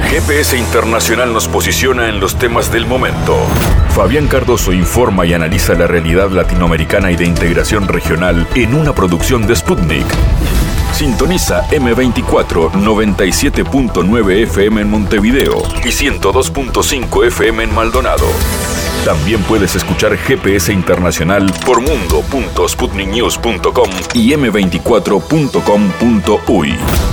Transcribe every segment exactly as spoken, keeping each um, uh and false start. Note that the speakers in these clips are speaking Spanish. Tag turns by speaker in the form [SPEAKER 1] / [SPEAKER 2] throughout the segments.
[SPEAKER 1] G P S Internacional nos posiciona en los temas del momento. Fabián Cardoso informa y analiza la realidad latinoamericana y de integración regional en una producción de Sputnik. Sintoniza eme veinticuatro noventa y siete punto nueve F M en Montevideo y ciento dos punto cinco F M en Maldonado. También puedes escuchar G P S Internacional por mundo punto sputnik news punto com y eme veinticuatro punto com punto uy.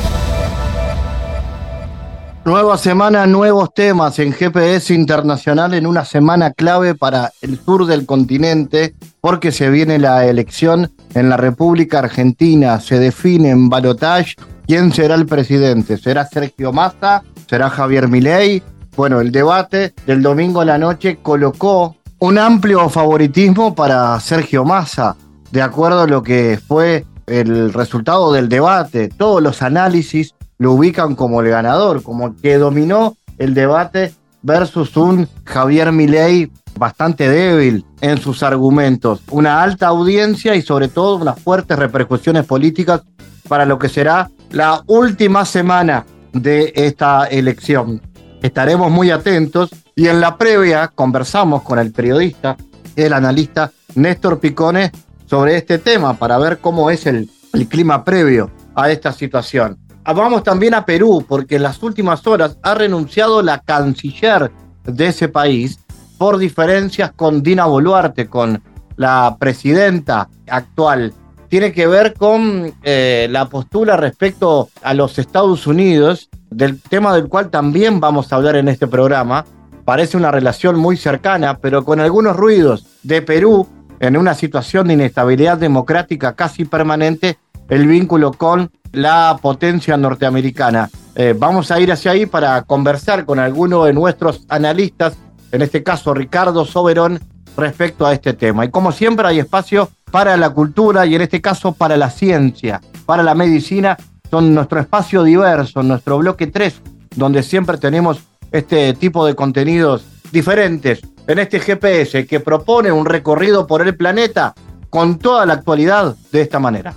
[SPEAKER 2] Nueva semana, nuevos temas en G P S Internacional, en una semana clave para el sur del continente, porque se viene la elección en la República Argentina. Se define en balotaje quién será el presidente. ¿Será Sergio Massa? ¿Será Javier Milei? Bueno, el debate del domingo a la noche colocó un amplio favoritismo para Sergio Massa, de acuerdo a lo que fue el resultado del debate. Todos los análisis lo ubican como el ganador, como el que dominó el debate versus un Javier Milei bastante débil en sus argumentos. Una alta audiencia y sobre todo unas fuertes repercusiones políticas para lo que será la última semana de esta elección. Estaremos muy atentos y en la previa conversamos con el periodista, el analista Néstor Picone sobre este tema para ver cómo es el, el clima previo a esta situación. Vamos también a Perú, porque en las últimas horas ha renunciado la canciller de ese país por diferencias con Dina Boluarte, con la presidenta actual. Tiene que ver con eh, la postura respecto a los Estados Unidos, del tema del cual también vamos a hablar en este programa. Parece una relación muy cercana, pero con algunos ruidos de Perú, en una situación de inestabilidad democrática casi permanente, el vínculo con la potencia norteamericana. Eh, vamos a ir hacia ahí para conversar con alguno de nuestros analistas, en este caso Ricardo Soberón, respecto a este tema. Y como siempre hay espacio para la cultura y en este caso para la ciencia, para la medicina. Son nuestro espacio diverso, nuestro bloque tres, donde siempre tenemos este tipo de contenidos diferentes en este G P S que propone un recorrido por el planeta con toda la actualidad de esta manera.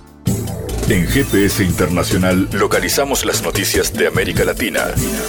[SPEAKER 1] En G P S Internacional localizamos las noticias de América Latina.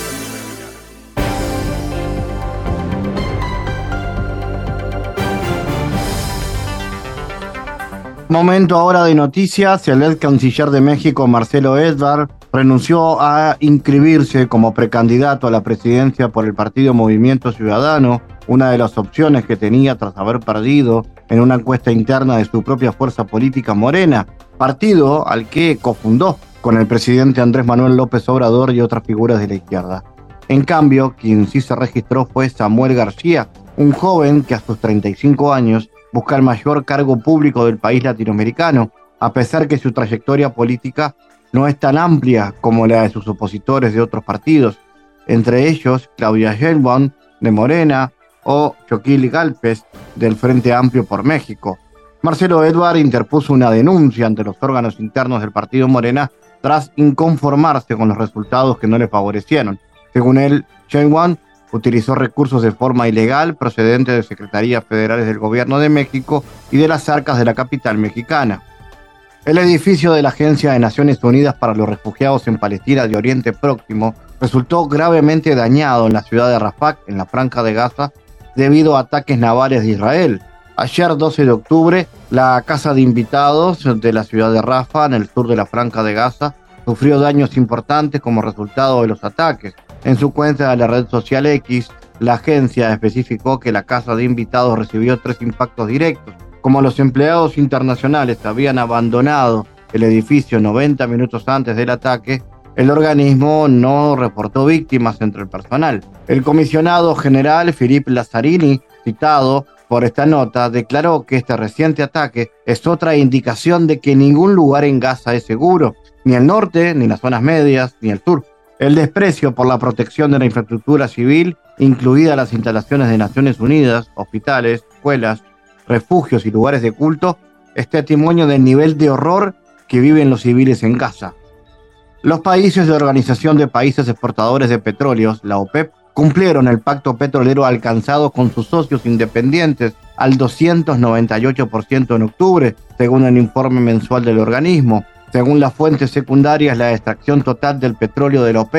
[SPEAKER 2] Momento ahora de noticias. El ex canciller de México, Marcelo Ebrard, renunció a inscribirse como precandidato a la presidencia por el partido Movimiento Ciudadano, una de las opciones que tenía tras haber perdido en una encuesta interna de su propia fuerza política Morena, partido al que cofundó con el presidente Andrés Manuel López Obrador y otras figuras de la izquierda. En cambio, quien sí se registró fue Samuel García, un joven que a sus treinta y cinco años busca el mayor cargo público del país latinoamericano, a pesar que su trayectoria política no es tan amplia como la de sus opositores de otros partidos, entre ellos Claudia Sheinbaum de Morena o Xochitl Gálvez del Frente Amplio por México. Marcelo Ebrard interpuso una denuncia ante los órganos internos del partido Morena tras inconformarse con los resultados que no le favorecieron. Según él, Sheinbaum utilizó recursos de forma ilegal procedentes de secretarías federales del gobierno de México y de las arcas de la capital mexicana. El edificio de la Agencia de Naciones Unidas para los Refugiados en Palestina de Oriente Próximo resultó gravemente dañado en la ciudad de Rafah, en la Franja de Gaza, debido a ataques navales de Israel. Ayer, doce de octubre, la casa de invitados de la ciudad de Rafah, en el sur de la Franja de Gaza, sufrió daños importantes como resultado de los ataques. En su cuenta de la red social X, la agencia especificó que la casa de invitados recibió tres impactos directos. Como los empleados internacionales habían abandonado el edificio noventa minutos antes del ataque, el organismo no reportó víctimas entre el personal. El comisionado general Philippe Lazzarini, citado por esta nota, declaró que este reciente ataque es otra indicación de que ningún lugar en Gaza es seguro, ni el norte, ni las zonas medias, ni el sur. El desprecio por la protección de la infraestructura civil, incluidas las instalaciones de Naciones Unidas, hospitales, escuelas, refugios y lugares de culto, es testimonio del nivel de horror que viven los civiles en Gaza. Los países de Organización de Países Exportadores de Petróleos, la OPEP, cumplieron el pacto petrolero alcanzado con sus socios independientes al doscientos noventa y ocho por ciento en octubre, según el informe mensual del organismo. Según las fuentes secundarias, la extracción total del petróleo de la OPEP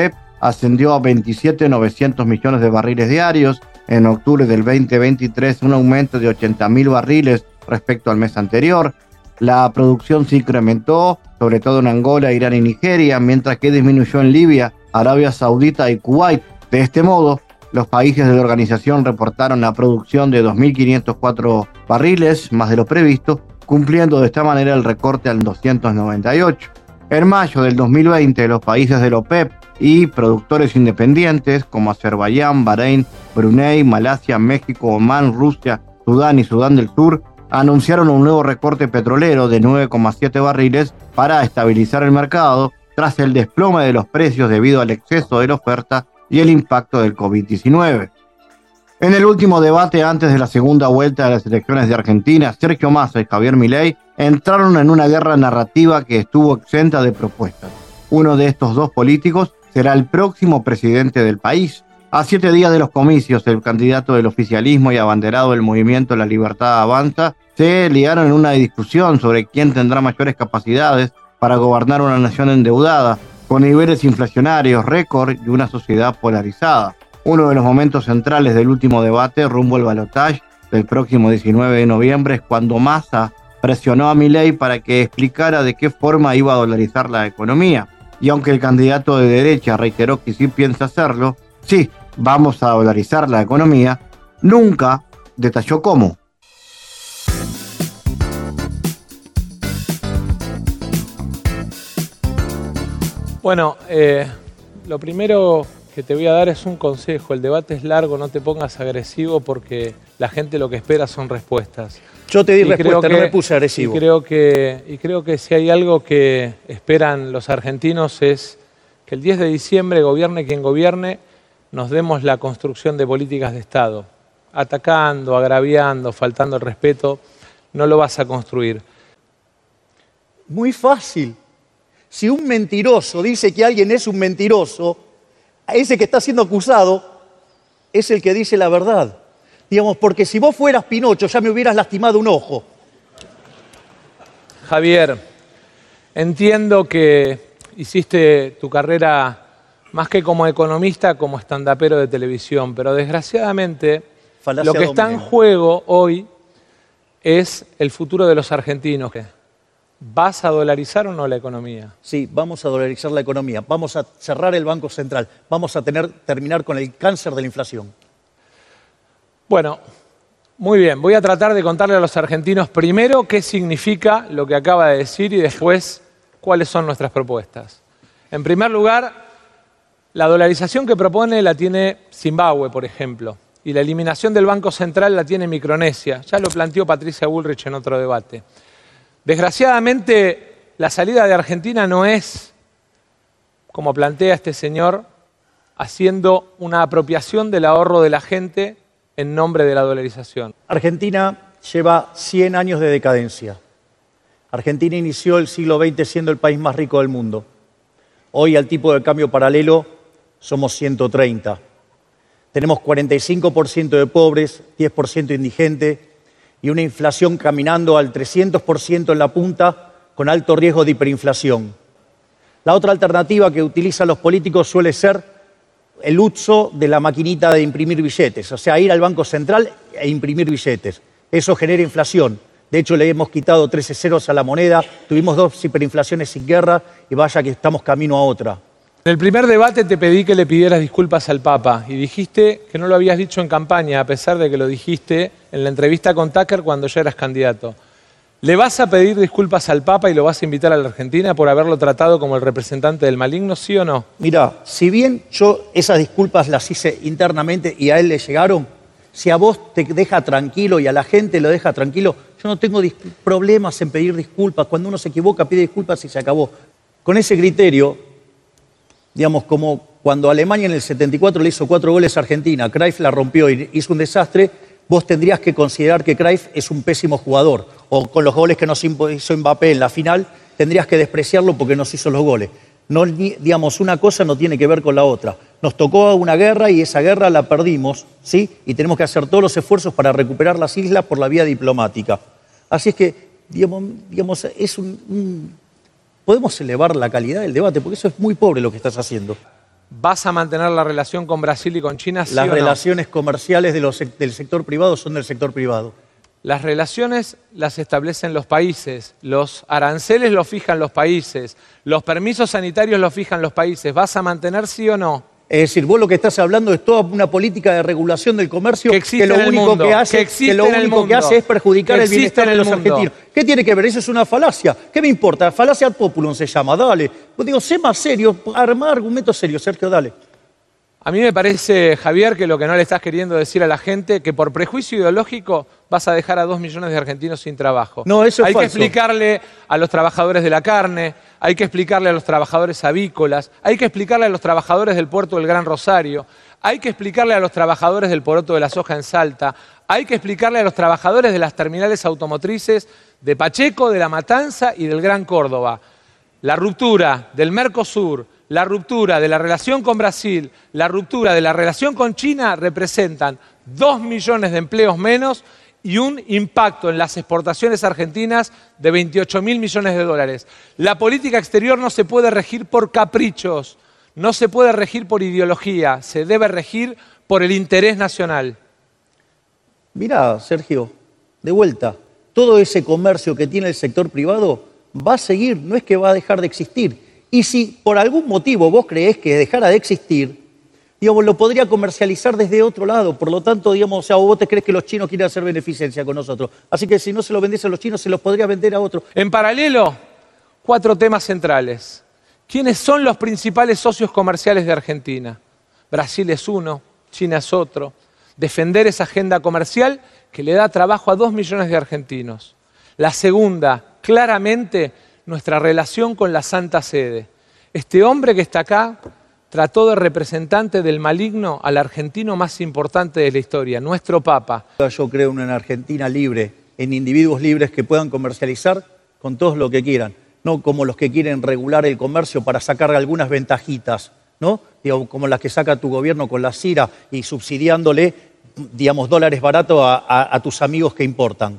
[SPEAKER 2] ascendió a veintisiete mil novecientos millones de barriles diarios. En octubre del veinte veintitrés, un aumento de ochenta mil barriles respecto al mes anterior. La producción se incrementó, sobre todo en Angola, Irán y Nigeria, mientras que disminuyó en Libia, Arabia Saudita y Kuwait. De este modo, los países de la organización reportaron la producción de dos mil quinientos cuatro barriles, más de lo previsto, cumpliendo de esta manera el recorte al doscientos noventa y ocho. En mayo del dos mil veinte, los países de la OPEP y productores independientes como Azerbaiyán, Bahrein, Brunei, Malasia, México, Omán, Rusia, Sudán y Sudán del Sur anunciaron un nuevo recorte petrolero de nueve coma siete barriles para estabilizar el mercado tras el desplome de los precios debido al exceso de la oferta y el impacto del COVID diecinueve. En el último debate antes de la segunda vuelta de las elecciones de Argentina, Sergio Massa y Javier Milei entraron en una guerra narrativa que estuvo exenta de propuestas. Uno de estos dos políticos será el próximo presidente del país. A siete días de los comicios, el candidato del oficialismo y abanderado del movimiento La Libertad Avanza se liaron en una discusión sobre quién tendrá mayores capacidades para gobernar una nación endeudada, con niveles inflacionarios récord y una sociedad polarizada. Uno de los momentos centrales del último debate rumbo al balotaje del próximo diecinueve de noviembre es cuando Massa presionó a Milei para que explicara de qué forma iba a dolarizar la economía. Y aunque el candidato de derecha reiteró que sí piensa hacerlo, sí, vamos a dolarizar la economía, nunca detalló cómo.
[SPEAKER 3] Bueno, eh, lo primero que te voy a dar es un consejo. El debate es largo, no te pongas agresivo porque la gente lo que espera son respuestas.
[SPEAKER 4] Yo te di y respuesta, que, no me puse agresivo.
[SPEAKER 3] Y creo, que, y creo que si hay algo que esperan los argentinos es que el diez de diciembre, gobierne quien gobierne, nos demos la construcción de políticas de Estado. Atacando, agraviando, faltando el respeto, no lo vas a construir.
[SPEAKER 4] Muy fácil. Si un mentiroso dice que alguien es un mentiroso, ese que está siendo acusado es el que dice la verdad. Digamos, porque si vos fueras Pinocho ya me hubieras lastimado un ojo.
[SPEAKER 3] Javier, entiendo que hiciste tu carrera más que como economista, como estandapero de televisión, pero desgraciadamente Falacia lo que está en juego hoy es el futuro de los argentinos. ¿Vas a dolarizar o no la economía?
[SPEAKER 4] Sí, vamos a dolarizar la economía. Vamos a cerrar el Banco Central. Vamos a tener, terminar con el cáncer de la inflación.
[SPEAKER 3] Bueno, muy bien. Voy a tratar de contarle a los argentinos primero qué significa lo que acaba de decir y después cuáles son nuestras propuestas. En primer lugar, la dolarización que propone la tiene Zimbabue, por ejemplo, y la eliminación del Banco Central la tiene Micronesia. Ya lo planteó Patricia Bullrich en otro debate. Desgraciadamente, la salida de Argentina no es, como plantea este señor, haciendo una apropiación del ahorro de la gente en nombre de la dolarización.
[SPEAKER 4] Argentina lleva cien años de decadencia. Argentina inició el siglo veinte siendo el país más rico del mundo. Hoy, al tipo de cambio paralelo, somos ciento treinta. Tenemos cuarenta y cinco por ciento de pobres, diez por ciento indigentes, y una inflación caminando al trescientos por ciento en la punta, con alto riesgo de hiperinflación. La otra alternativa que utilizan los políticos suele ser el uso de la maquinita de imprimir billetes, o sea, ir al Banco Central e imprimir billetes. Eso genera inflación. De hecho, le hemos quitado trece ceros a la moneda, tuvimos dos hiperinflaciones sin guerra y vaya que estamos camino a otra.
[SPEAKER 3] En el primer debate te pedí que le pidieras disculpas al Papa y dijiste que no lo habías dicho en campaña, a pesar de que lo dijiste en la entrevista con Tucker cuando ya eras candidato. ¿Le vas a pedir disculpas al Papa y lo vas a invitar a la Argentina por haberlo tratado como el representante del maligno, sí o no?
[SPEAKER 4] Mira, si bien yo esas disculpas las hice internamente y a él le llegaron, si a vos te deja tranquilo y a la gente lo deja tranquilo, yo no tengo problemas en pedir disculpas. Cuando uno se equivoca, pide disculpas y se acabó. Con ese criterio, digamos, como cuando Alemania en el setenta y cuatro le hizo cuatro goles a Argentina, Cruyff la rompió y hizo un desastre, vos tendrías que considerar que Cruyff es un pésimo jugador. O con los goles que nos hizo Mbappé en la final, tendrías que despreciarlo porque nos hizo los goles. No, digamos, una cosa no tiene que ver con la otra. Nos tocó una guerra y esa guerra la perdimos, ¿sí? Y tenemos que hacer todos los esfuerzos para recuperar las islas por la vía diplomática. Así es que, digamos, digamos es un, un... podemos elevar la calidad del debate, porque eso es muy pobre lo que estás haciendo.
[SPEAKER 3] ¿Vas a mantener la relación con Brasil y con China? ¿Sí
[SPEAKER 4] Las
[SPEAKER 3] o no?
[SPEAKER 4] relaciones comerciales de los, del sector privado son del sector privado.
[SPEAKER 3] Las relaciones las establecen los países, los aranceles los fijan los países, los permisos sanitarios los fijan los países. ¿Vas a mantener sí o no?
[SPEAKER 4] Es decir, vos lo que estás hablando es toda una política de regulación del comercio
[SPEAKER 3] que, existe
[SPEAKER 4] que lo
[SPEAKER 3] en el
[SPEAKER 4] único,
[SPEAKER 3] mundo,
[SPEAKER 4] que, hace,
[SPEAKER 3] que, existe
[SPEAKER 4] que, lo
[SPEAKER 3] en el
[SPEAKER 4] único
[SPEAKER 3] mundo,
[SPEAKER 4] que hace es perjudicar
[SPEAKER 3] que
[SPEAKER 4] el bienestar de los
[SPEAKER 3] mundo.
[SPEAKER 4] argentinos. ¿Qué tiene que ver? Eso es una falacia. ¿Qué me importa? Falacia ad populum se llama, dale. Pues digo, sé más serio, arma argumentos serios, Sergio, dale.
[SPEAKER 3] A mí me parece, Javier, que lo que no le estás queriendo decir a la gente, que por prejuicio ideológico vas a dejar a dos millones de argentinos sin trabajo.
[SPEAKER 4] No, eso es
[SPEAKER 3] Hay
[SPEAKER 4] falso.
[SPEAKER 3] que explicarle a los trabajadores de la carne, hay que explicarle a los trabajadores avícolas, hay que explicarle a los trabajadores del puerto del Gran Rosario, hay que explicarle a los trabajadores del poroto de la soja en Salta, hay que explicarle a los trabajadores de las terminales automotrices de Pacheco, de La Matanza y del Gran Córdoba. La ruptura del Mercosur, la ruptura de la relación con Brasil, la ruptura de la relación con China representan dos millones de empleos menos y un impacto en las exportaciones argentinas de veintiocho mil millones de dólares. La política exterior no se puede regir por caprichos, no se puede regir por ideología, se debe regir por el interés nacional.
[SPEAKER 4] Mirá, Sergio, de vuelta, todo ese comercio que tiene el sector privado va a seguir, no es que va a dejar de existir. Y si por algún motivo vos creés que dejara de existir, digamos, lo podría comercializar desde otro lado. Por lo tanto, digamos, o sea, vos te crees que los chinos quieren hacer beneficencia con nosotros. Así que si no se lo vendiese a los chinos, se los podría vender a otros.
[SPEAKER 3] En paralelo, cuatro temas centrales. ¿Quiénes son los principales socios comerciales de Argentina? Brasil es uno, China es otro. Defender esa agenda comercial que le da trabajo a dos millones de argentinos. La segunda, claramente, nuestra relación con la Santa Sede. Este hombre que está acá trató de representante del maligno al argentino más importante de la historia, nuestro Papa.
[SPEAKER 4] Yo creo en una Argentina libre, en individuos libres que puedan comercializar con todos lo que quieran, no como los que quieren regular el comercio para sacar algunas ventajitas, ¿no? Digo, como las que saca tu gobierno con la C I R A y subsidiándole, digamos, dólares baratos a, a, a tus amigos que importan.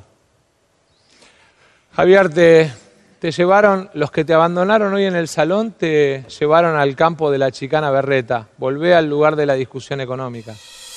[SPEAKER 3] Javier, te, te llevaron, los que te abandonaron hoy en el salón, te llevaron al campo de la chicana berreta. Volvé al lugar de la discusión económica.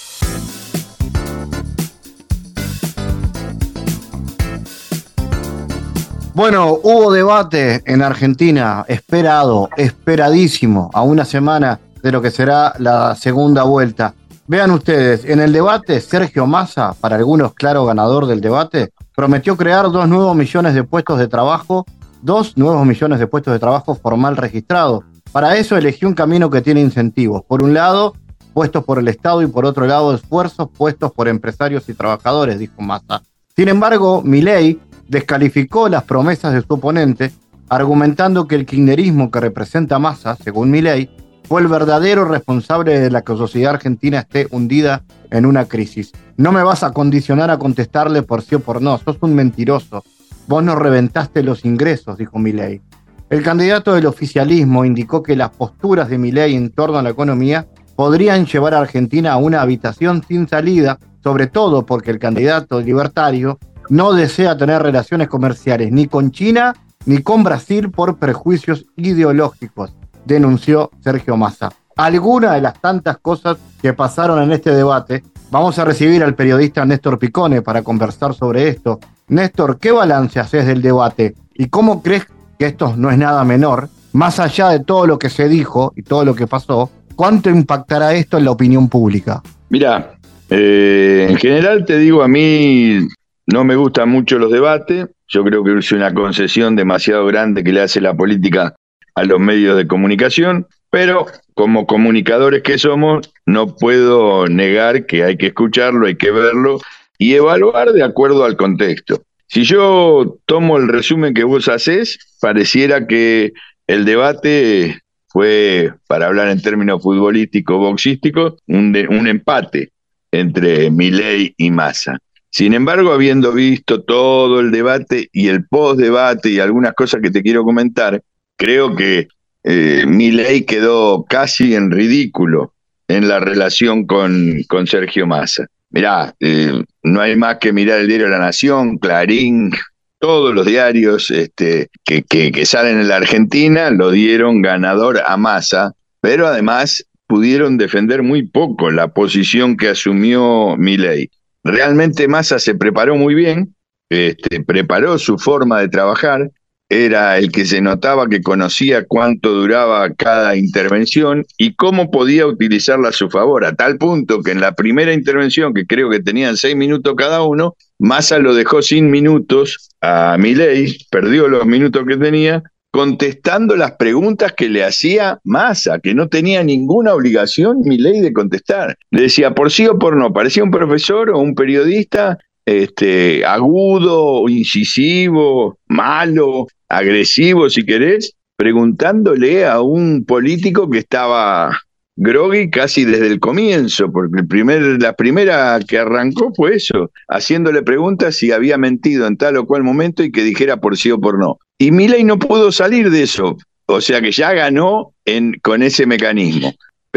[SPEAKER 2] Bueno, hubo debate en Argentina, esperado, esperadísimo, a una semana de lo que será la segunda vuelta. Vean ustedes, en el debate, Sergio Massa, para algunos claro ganador del debate, prometió crear dos nuevos millones de puestos de trabajo, dos nuevos millones de puestos de trabajo formal registrados. Para eso eligió un camino que tiene incentivos. Por un lado, puestos por el Estado y por otro lado, esfuerzos puestos por empresarios y trabajadores, dijo Massa. Sin embargo, Milei descalificó las promesas de su oponente, argumentando que el kirchnerismo que representa Massa, según Milei, fue el verdadero responsable de la que la sociedad argentina esté hundida en una crisis. No me vas a condicionar a contestarle por sí o por no, sos un mentiroso. Vos no reventaste los ingresos, dijo Milei. El candidato del oficialismo indicó que las posturas de Milei en torno a la economía podrían llevar a Argentina a una habitación sin salida, sobre todo porque el candidato libertario no desea tener relaciones comerciales ni con China ni con Brasil por prejuicios ideológicos, denunció Sergio Massa. Algunas de las tantas cosas que pasaron en este debate. Vamos a recibir al periodista Néstor Picone para conversar sobre esto. Néstor, ¿qué balance haces del debate? ¿Y cómo crees que esto no es nada menor? Más allá de todo lo que se dijo y todo lo que pasó, ¿cuánto impactará esto en la opinión pública?
[SPEAKER 5] Mirá, eh, en general te digo, a mí no me gustan mucho los debates. Yo creo que es una concesión demasiado grande que le hace la política a los medios de comunicación, pero como comunicadores que somos, no puedo negar que hay que escucharlo, hay que verlo y evaluar de acuerdo al contexto. Si yo tomo el resumen que vos hacés, pareciera que el debate fue, para hablar en términos futbolísticos, boxísticos, un, de, un empate entre Milei y Massa. Sin embargo, habiendo visto todo el debate y el post-debate y algunas cosas que te quiero comentar, creo que eh, Milei quedó casi en ridículo en la relación con, con Sergio Massa. Mirá, eh, no hay más que mirar el diario La Nación, Clarín, todos los diarios este, que, que, que salen en la Argentina lo dieron ganador a Massa, pero además pudieron defender muy poco la posición que asumió Milei. Realmente Massa se preparó muy bien, este, preparó su forma de trabajar, era el que se notaba que conocía cuánto duraba cada intervención y cómo podía utilizarla a su favor, a tal punto que en la primera intervención, que creo que tenían seis minutos cada uno, Massa lo dejó sin minutos a Milei, perdió los minutos que tenía, contestando las preguntas que le hacía Massa, que no tenía ninguna obligación Milei de contestar. Le decía por sí o por no, parecía un profesor o un periodista este, agudo, incisivo, malo, agresivo si querés, preguntándole a un político que estaba groggy casi desde el comienzo, porque el primer, la primera que arrancó fue eso, haciéndole preguntas si había mentido en tal o cual momento y que dijera por sí o por no. Y Milei no pudo salir de eso, o sea que ya ganó en, con ese mecanismo.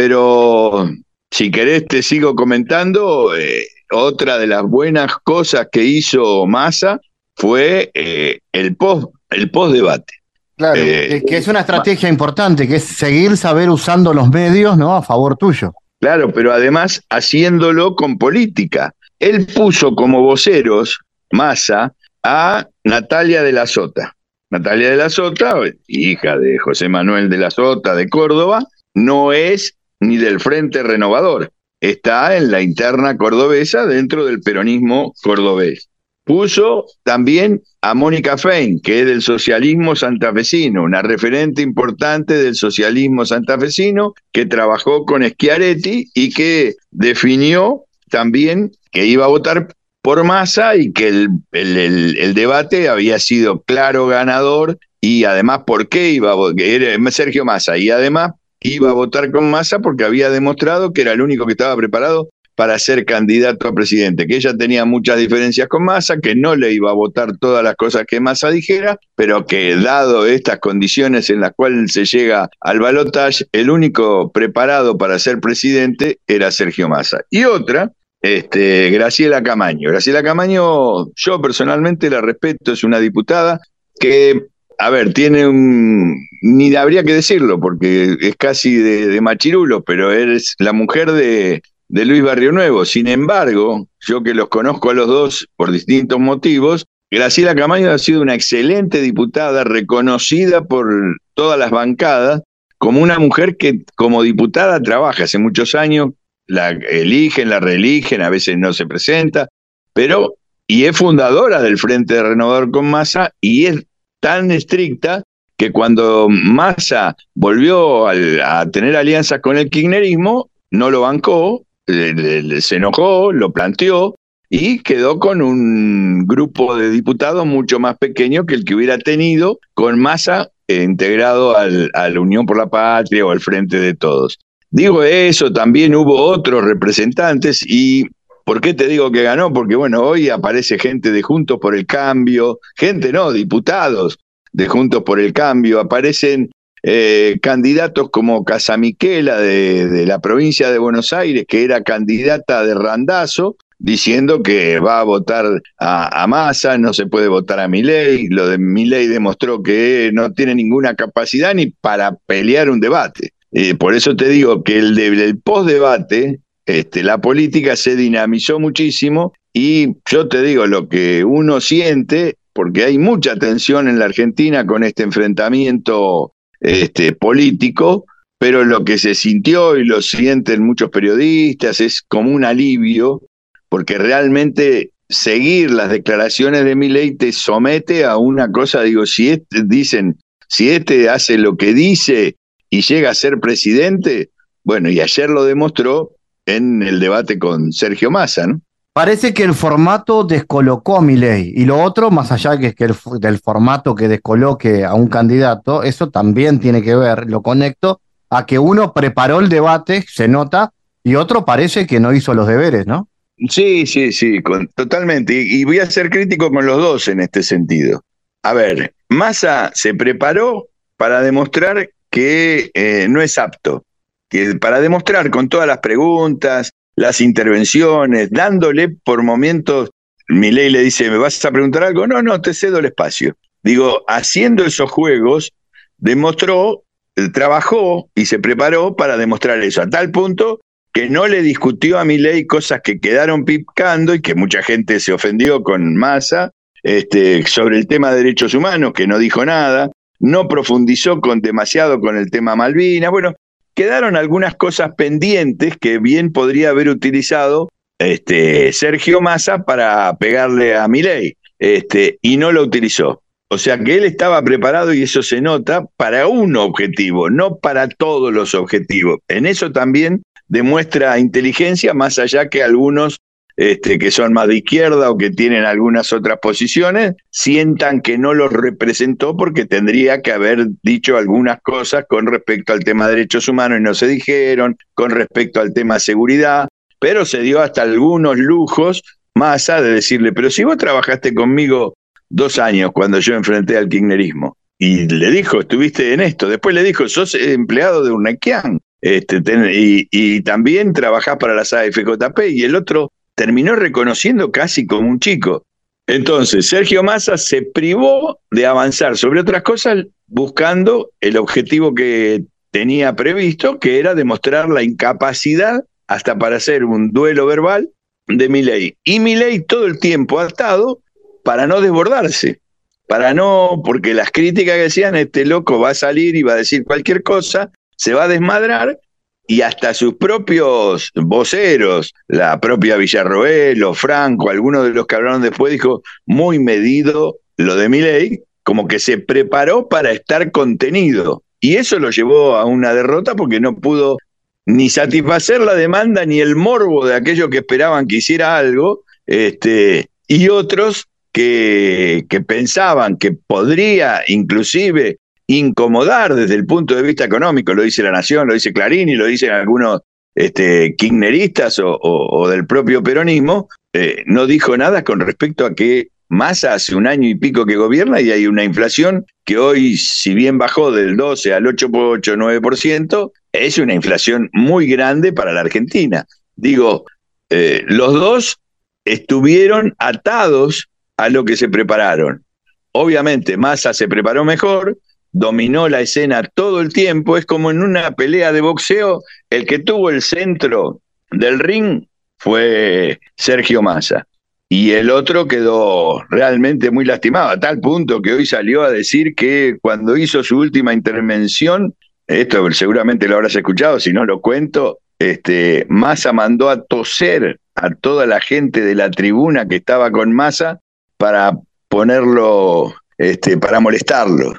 [SPEAKER 5] Pero si querés te sigo comentando, eh, otra de las buenas cosas que hizo Massa fue eh, el post, el post-debate.
[SPEAKER 2] Claro, eh, que es una estrategia importante, que es seguir saber usando los medios, ¿no?, a favor tuyo.
[SPEAKER 5] Claro, pero además haciéndolo con política. Él puso como voceros, Massa, a Natalia de la Sota. Natalia de la Sota, hija de José Manuel de la Sota de Córdoba, no es ni del Frente Renovador, está en la interna cordobesa dentro del peronismo cordobés. Puso también a Mónica Fein, que es del socialismo santafesino, una referente importante del socialismo santafesino, que trabajó con Schiaretti y que definió también que iba a votar por Massa y que el, el, el, el debate había sido claro ganador y además por qué iba a votar, era Sergio Massa, y además iba a votar con Massa porque había demostrado que era el único que estaba preparado para ser candidato a presidente, que ella tenía muchas diferencias con Massa, que no le iba a votar todas las cosas que Massa dijera, pero que dado estas condiciones en las cuales se llega al balotaje, el único preparado para ser presidente era Sergio Massa. Y otra, este, Graciela Camaño. Graciela Camaño, yo personalmente la respeto, es una diputada que, a ver, tiene un... ni habría que decirlo, porque es casi de, de machirulo, pero es la mujer de... de Luis Barrio Nuevo. Sin embargo, yo que los conozco a los dos por distintos motivos, Graciela Camaño ha sido una excelente diputada, reconocida por todas las bancadas, como una mujer que como diputada trabaja hace muchos años, la eligen, la reeligen, a veces no se presenta, pero, y es fundadora del Frente Renovador con Massa, y es tan estricta que cuando Massa volvió al, a tener alianzas con el kirchnerismo, no lo bancó, se enojó, lo planteó y quedó con un grupo de diputados mucho más pequeño que el que hubiera tenido con Massa eh, integrado al, a la Unión por la Patria o al Frente de Todos. Digo eso, también hubo otros representantes. Y ¿por qué te digo que ganó? Porque bueno, hoy aparece gente de Juntos por el Cambio, gente no, diputados de Juntos por el Cambio, aparecen Eh, candidatos como Casamiquela de, de la provincia de Buenos Aires, que era candidata de Randazzo, diciendo que va a votar a, a Massa, no se puede votar a Milei. Lo de Milei demostró que no tiene ninguna capacidad ni para pelear un debate. Eh, por eso te digo que el, de, el post-debate, este, la política se dinamizó muchísimo y yo te digo lo que uno siente, porque hay mucha tensión en la Argentina con este enfrentamiento Este, político, pero lo que se sintió y lo sienten muchos periodistas es como un alivio, porque realmente seguir las declaraciones de Milei te somete a una cosa, digo, si este, dicen, si este hace lo que dice y llega a ser presidente, bueno, y ayer lo demostró en el debate con Sergio Massa, ¿no?
[SPEAKER 2] Parece que el formato descolocó a Milei, y lo otro, más allá que, que el, del formato que descoloque a un candidato, eso también tiene que ver, lo conecto, a que uno preparó el debate, se nota, y otro parece que no hizo los deberes, ¿no?
[SPEAKER 5] Sí, sí, sí, con, totalmente, y, y voy a ser crítico con los dos en este sentido. A ver, Massa se preparó para demostrar que eh, no es apto, que para demostrar con todas las preguntas, las intervenciones, dándole por momentos, Milei le dice, ¿me vas a preguntar algo? No, no, te cedo el espacio. Digo, haciendo esos juegos, demostró trabajó y se preparó para demostrar eso, a tal punto que no le discutió a Milei cosas que quedaron picando y que mucha gente se ofendió con Massa, este, sobre el tema de derechos humanos, que no dijo nada, no profundizó con demasiado con el tema Malvinas. Bueno, quedaron algunas cosas pendientes que bien podría haber utilizado este, Sergio Massa para pegarle a Milei, este, y no lo utilizó. O sea que él estaba preparado, y eso se nota, para un objetivo, no para todos los objetivos. En eso también demuestra inteligencia, más allá que algunos este, que son más de izquierda o que tienen algunas otras posiciones, sientan que no los representó porque tendría que haber dicho algunas cosas con respecto al tema de derechos humanos y no se dijeron, con respecto al tema seguridad, pero se dio hasta algunos lujos, Massa, de decirle, pero si vos trabajaste conmigo dos años cuando yo enfrenté al kirchnerismo, y le dijo, estuviste en esto, después le dijo, sos empleado de Urnequian, Este, ten, y, y también trabajás para la A F J P, y el otro terminó reconociendo casi como un chico. Entonces, Sergio Massa se privó de avanzar sobre otras cosas buscando el objetivo que tenía previsto, que era demostrar la incapacidad hasta para hacer un duelo verbal de Milei. Y Milei todo el tiempo atado para no desbordarse, para no, porque las críticas que decían, este loco va a salir y va a decir cualquier cosa, se va a desmadrar, y hasta sus propios voceros, la propia Villarroel o Franco, algunos de los que hablaron después, dijo muy medido lo de Milei, como que se preparó para estar contenido, y eso lo llevó a una derrota porque no pudo ni satisfacer la demanda ni el morbo de aquellos que esperaban que hiciera algo, este, y otros que, que pensaban que podría inclusive incomodar desde el punto de vista económico, lo dice La Nación, lo dice Clarín y lo dicen algunos este, kirchneristas o, o, o del propio peronismo, eh, no dijo nada con respecto a que Massa hace un año y pico que gobierna y hay una inflación que hoy, si bien bajó del doce al ocho por ocho, nueve por ciento, es una inflación muy grande para la Argentina. Digo, eh, los dos estuvieron atados a lo que se prepararon. Obviamente Massa se preparó mejor, dominó la escena todo el tiempo, es como en una pelea de boxeo, el que tuvo el centro del ring fue Sergio Massa, y el otro quedó realmente muy lastimado, a tal punto que hoy salió a decir que cuando hizo su última intervención, esto seguramente lo habrás escuchado, si no lo cuento, este, Massa mandó a toser a toda la gente de la tribuna que estaba con Massa para ponerlo, este, para molestarlo.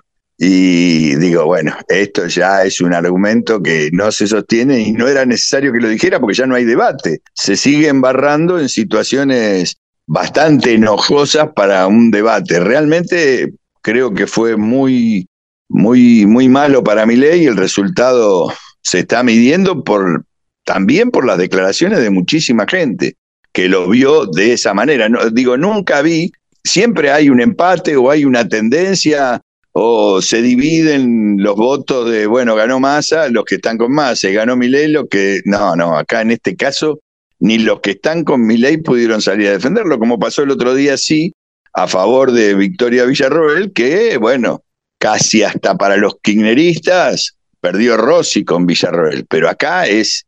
[SPEAKER 5] Y digo, bueno, esto ya es un argumento que no se sostiene y no era necesario que lo dijera porque ya no hay debate. Se sigue embarrando en situaciones bastante enojosas para un debate. Realmente creo que fue muy, muy, muy malo para Milei, y el resultado se está midiendo por, también por las declaraciones de muchísima gente que lo vio de esa manera. No, digo, nunca vi, siempre hay un empate o hay una tendencia, o se dividen los votos de, bueno, ganó Massa, los que están con Massa, y ganó Milei, los que... No, no, acá en este caso, ni los que están con Milei pudieron salir a defenderlo, como pasó el otro día, sí, a favor de Victoria Villarroel, que, bueno, casi hasta para los kirchneristas perdió Rossi con Villarroel, pero acá es,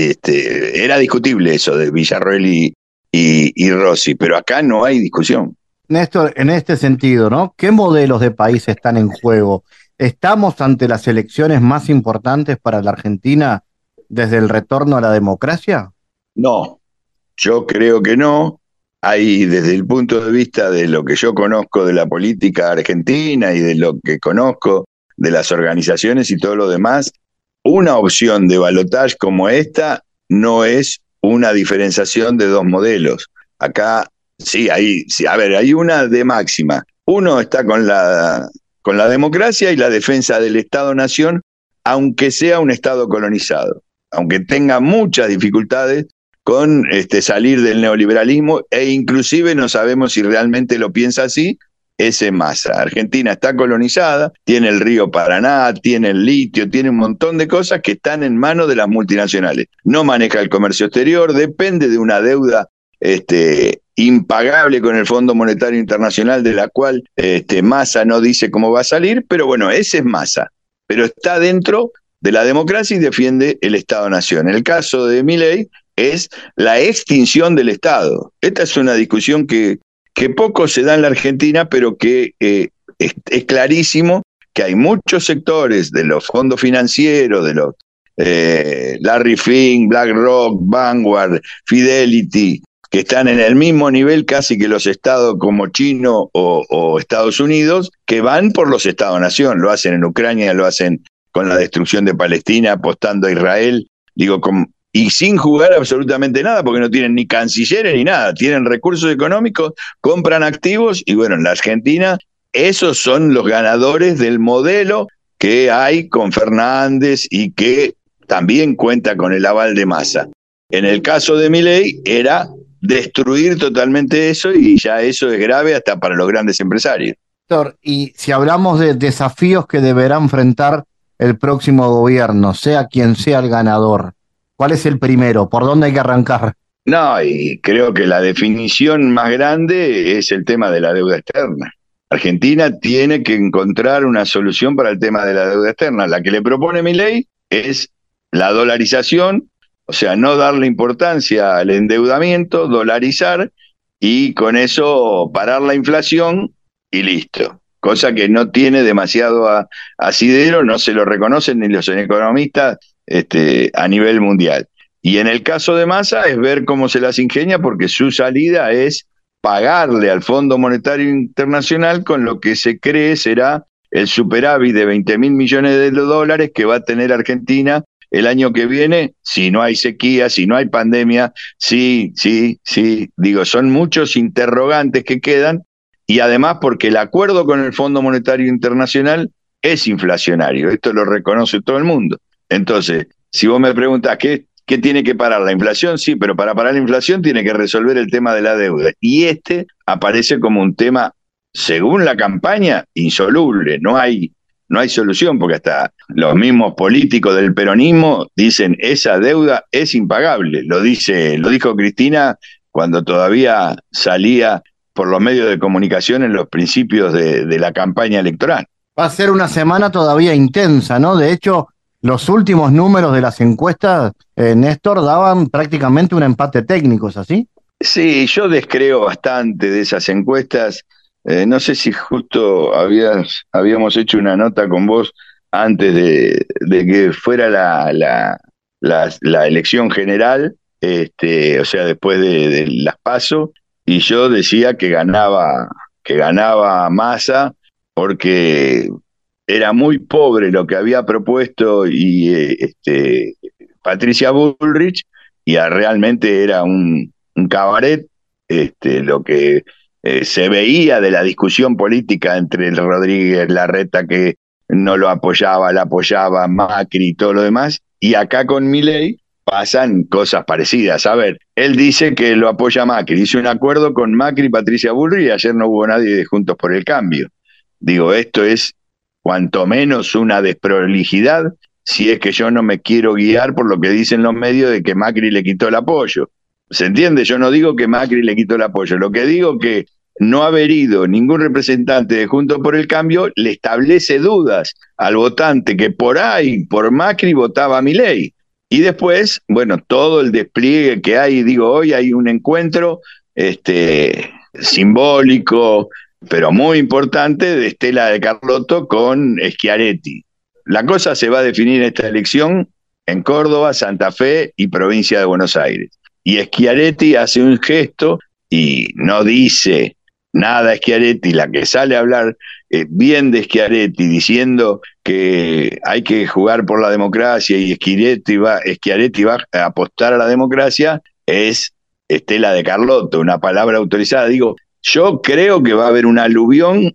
[SPEAKER 5] este, era discutible eso de Villarroel y, y, y Rossi, pero acá no hay discusión.
[SPEAKER 2] Néstor, en este sentido, ¿no? ¿Qué modelos de país están en juego? ¿Estamos ante las elecciones más importantes para la Argentina desde el retorno a la democracia?
[SPEAKER 5] No, yo creo que no. Hay, desde el punto de vista de lo que yo conozco de la política argentina y de lo que conozco de las organizaciones y todo lo demás, una opción de balotaje como esta no es una diferenciación de dos modelos. Acá sí, hay, sí, a ver, hay una de máxima. Uno está con la, con la democracia y la defensa del Estado-Nación, aunque sea un Estado colonizado, aunque tenga muchas dificultades con este, salir del neoliberalismo, e inclusive no sabemos si realmente lo piensa así, ese Massa. Argentina está colonizada, tiene el río Paraná, tiene el litio, tiene un montón de cosas que están en manos de las multinacionales. No maneja el comercio exterior, depende de una deuda este, impagable con el Fondo Monetario Internacional, de la cual este, Massa no dice cómo va a salir, pero bueno, ese es Massa. pero está dentro de la democracia y defiende el Estado-Nación. En el caso de Milei es la extinción del Estado. Esta es una discusión que, que poco se da en la Argentina, pero que eh, es, es clarísimo que hay muchos sectores de los fondos financieros, de los eh, Larry Fink, BlackRock, Vanguard, Fidelity, que están en el mismo nivel casi que los estados como China o, o Estados Unidos, que van por los Estados-Nación. Lo hacen en Ucrania, lo hacen con la destrucción de Palestina, apostando a Israel, digo, con, y sin jugar absolutamente nada, porque no tienen ni cancilleres ni nada, tienen recursos económicos, compran activos, y bueno, en la Argentina esos son los ganadores del modelo que hay con Fernández y que también cuenta con el aval de Massa. En el caso de Milei era destruir totalmente eso, y ya eso es grave hasta para los grandes empresarios.
[SPEAKER 2] Y si hablamos de desafíos que deberá enfrentar el próximo gobierno, sea quien sea el ganador, ¿cuál es el primero? ¿Por dónde hay que arrancar?
[SPEAKER 5] No, y creo que la definición más grande es el tema de la deuda externa. Argentina tiene que encontrar una solución para el tema de la deuda externa. La que le propone Milei es la dolarización, o sea, no darle importancia al endeudamiento, dolarizar, y con eso parar la inflación y listo. Cosa que no tiene demasiado a, asidero, no se lo reconocen ni los economistas este, a nivel mundial. Y en el caso de Massa es ver cómo se las ingenia, porque su salida es pagarle al Fondo Monetario Internacional con lo que se cree será el superávit de veinte mil millones de dólares que va a tener Argentina el año que viene, si no hay sequía, si no hay pandemia, sí, sí, sí, digo, son muchos interrogantes que quedan, y además porque el acuerdo con el Fondo Monetario Internacional es inflacionario, esto lo reconoce todo el mundo. Entonces, si vos me preguntás, ¿qué, qué tiene que parar? ¿La inflación? Sí, pero para parar la inflación tiene que resolver el tema de la deuda, y este aparece como un tema, según la campaña, insoluble, no hay... No hay solución, porque hasta los mismos políticos del peronismo dicen esa deuda es impagable. Lo dice, lo dijo Cristina cuando todavía salía por los medios de comunicación en los principios de, de la campaña electoral.
[SPEAKER 2] Va a ser una semana todavía intensa, ¿no? De hecho, los últimos números de las encuestas, eh, Néstor, daban prácticamente un empate técnico, ¿es así?
[SPEAKER 5] Sí, yo descreo bastante de esas encuestas. Eh, no sé si justo habías, habíamos hecho una nota con vos antes de, de que fuera la, la, la, la elección general, este, o sea, después de, de las PASO, y yo decía que ganaba, que ganaba Massa porque era muy pobre lo que había propuesto y eh, este, Patricia Bullrich, y a, realmente era un, un cabaret, este, lo que Eh, se veía de la discusión política entre el Rodríguez, Larreta, que no lo apoyaba, la apoyaba, Macri y todo lo demás, y acá con Milei pasan cosas parecidas. A ver, él dice que lo apoya Macri, hizo un acuerdo con Macri y Patricia Bullrich, y ayer no hubo nadie de Juntos por el Cambio. Digo, esto es cuanto menos una desprolijidad, si es que yo no me quiero guiar por lo que dicen los medios de que Macri le quitó el apoyo. ¿Se entiende? Yo no digo que Macri le quitó el apoyo, lo que digo que no haber ido ningún representante de Juntos por el Cambio le establece dudas al votante que por ahí, por Macri, votaba a Milei. Y después, bueno, todo el despliegue que hay, digo, hoy hay un encuentro este, simbólico, pero muy importante, de Estela de Carlotto con Schiaretti. La cosa se va a definir en esta elección en Córdoba, Santa Fe y provincia de Buenos Aires. Y Schiaretti hace un gesto y no dice nada Schiaretti, la que sale a hablar eh, bien de Schiaretti, diciendo que hay que jugar por la democracia y Schiaretti va, Schiaretti va a apostar a la democracia, es Estela de Carlotto, una palabra autorizada. Digo, yo creo que va a haber un aluvión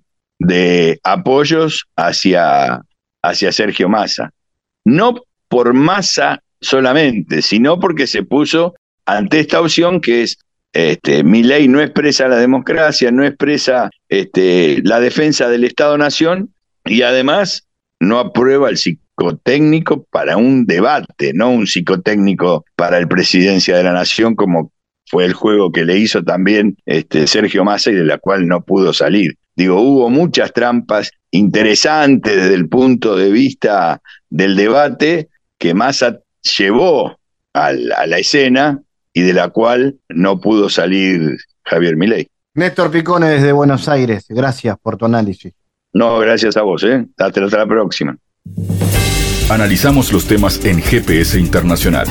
[SPEAKER 5] de apoyos hacia, hacia Sergio Massa. No por Massa solamente, sino porque se puso ante esta opción que es, este, Milei no expresa la democracia, no expresa este, la defensa del Estado-Nación, y además no aprueba el psicotécnico para un debate, no un psicotécnico para el Presidencia de la Nación, como fue el juego que le hizo también este, Sergio Massa y de la cual no pudo salir. Digo, hubo muchas trampas interesantes desde el punto de vista del debate que Massa llevó a la, a la escena y de la cual no pudo salir Javier Milei.
[SPEAKER 2] Néstor Picone desde Buenos Aires, gracias por tu análisis.
[SPEAKER 5] No, gracias a vos, ¿eh? Hasta, hasta la próxima.
[SPEAKER 1] Analizamos los temas en G P S Internacional.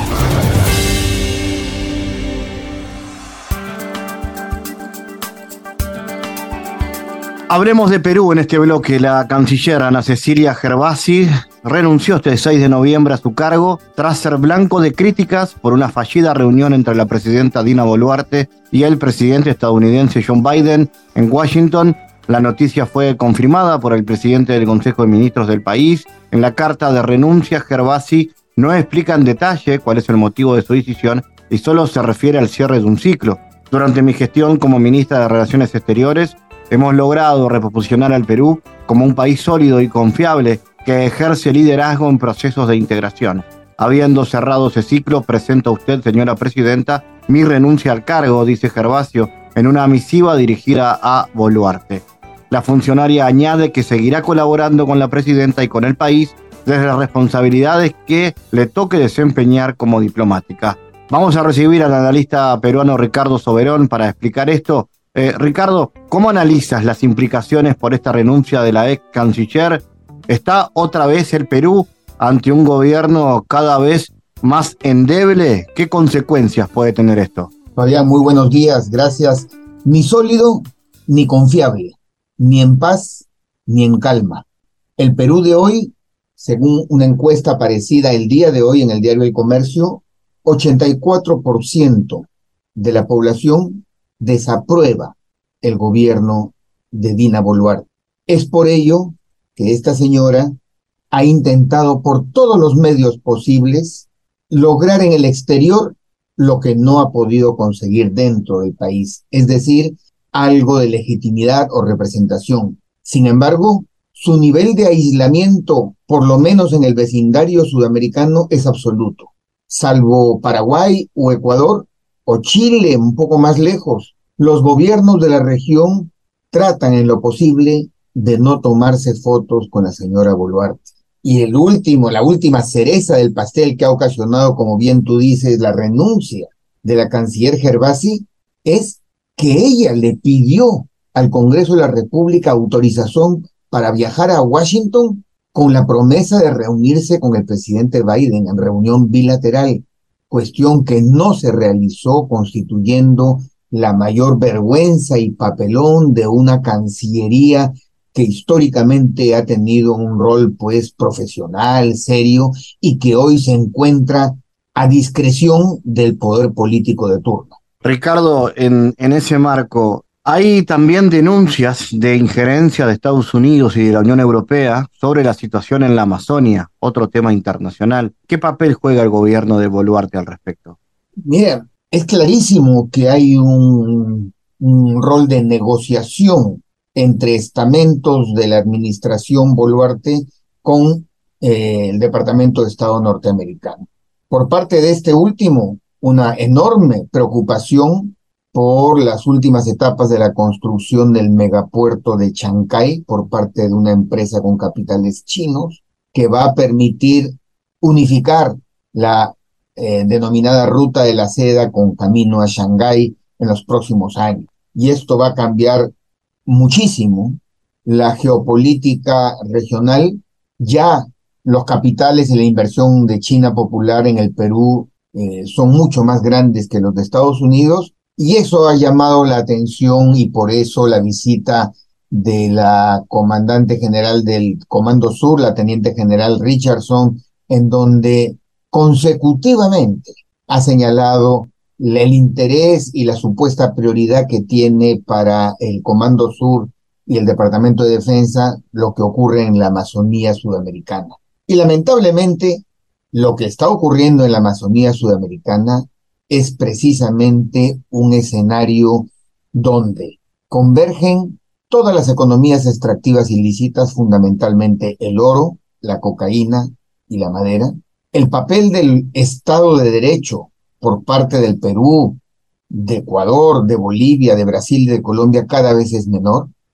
[SPEAKER 2] Hablemos de Perú en este bloque. La canciller Ana Cecilia Gervasi renunció este seis de noviembre a su cargo tras ser blanco de críticas por una fallida reunión entre la presidenta Dina Boluarte y el presidente estadounidense Joe Biden en Washington. La noticia fue confirmada por el presidente del Consejo de Ministros del país. En la carta de renuncia, Gervasi no explica en detalle cuál es el motivo de su decisión y solo se refiere al cierre de un ciclo. Durante mi gestión como ministra de Relaciones Exteriores, hemos logrado reposicionar al Perú como un país sólido y confiable que ejerce liderazgo en procesos de integración. Habiendo cerrado ese ciclo, presenta usted, señora presidenta, mi renuncia al cargo, dice Gervasio, en una misiva dirigida a Boluarte. La funcionaria añade que seguirá colaborando con la presidenta y con el país desde las responsabilidades que le toque desempeñar como diplomática. Vamos a recibir al analista peruano Ricardo Soberón para explicar esto. Eh, Ricardo, ¿cómo analizas las implicaciones por esta renuncia de la ex canciller? ¿Está otra vez el Perú ante un gobierno cada vez más endeble? ¿Qué consecuencias puede tener esto?
[SPEAKER 6] Fabián, muy buenos días, gracias. Ni sólido ni confiable, ni en paz ni en calma. El Perú de hoy, según una encuesta parecida el día de hoy en el diario El Comercio, ochenta y cuatro por ciento de la población desaprueba el gobierno de Dina Boluarte. Es por ello que esta señora ha intentado por todos los medios posibles lograr en el exterior lo que no ha podido conseguir dentro del país, es decir, algo de legitimidad o representación. Sin embargo, su nivel de aislamiento, por lo menos en el vecindario sudamericano, es absoluto. Salvo Paraguay o Ecuador, o Chile, un poco más lejos, los gobiernos de la región tratan en lo posible de no tomarse fotos con la señora Boluarte. Y el último, la última cereza del pastel que ha ocasionado, como bien tú dices, la renuncia de la canciller Gervasi, es que ella le pidió al Congreso de la República autorización para viajar a Washington con la promesa de reunirse con el presidente Biden en reunión bilateral, cuestión que no se realizó, constituyendo la mayor vergüenza y papelón de una cancillería que históricamente ha tenido un rol pues profesional, serio, y que hoy se encuentra a discreción del poder político de turno.
[SPEAKER 2] Ricardo, en, en ese marco, hay también denuncias de injerencia de Estados Unidos y de la Unión Europea sobre la situación en la Amazonia, otro tema internacional. ¿Qué papel juega el gobierno de Boluarte al respecto?
[SPEAKER 6] Mira, es clarísimo que hay un, un rol de negociación entre estamentos de la administración Boluarte con eh, el Departamento de Estado norteamericano. Por parte de este último, una enorme preocupación por las últimas etapas de la construcción del megapuerto de Chancay por parte de una empresa con capitales chinos que va a permitir unificar la eh, denominada Ruta de la Seda con camino a Shanghái en los próximos años. Y esto va a cambiar muchísimo la geopolítica regional. Ya los capitales y la inversión de China popular en el Perú eh, son mucho más grandes que los de Estados Unidos, y eso ha llamado la atención, y por eso la visita de la comandante general del Comando Sur, la teniente general Richardson, en donde consecutivamente ha señalado el interés y la supuesta prioridad que tiene para el Comando Sur y el Departamento de Defensa lo que ocurre en la Amazonía sudamericana. Y lamentablemente, lo que está ocurriendo en la Amazonía sudamericana es precisamente un escenario donde convergen todas las economías extractivas ilícitas, fundamentalmente el oro, la cocaína y la madera. El papel del Estado de Derecho por parte del Perú, de Ecuador, de Bolivia, de Brasil y de Colombia cada vez es menor.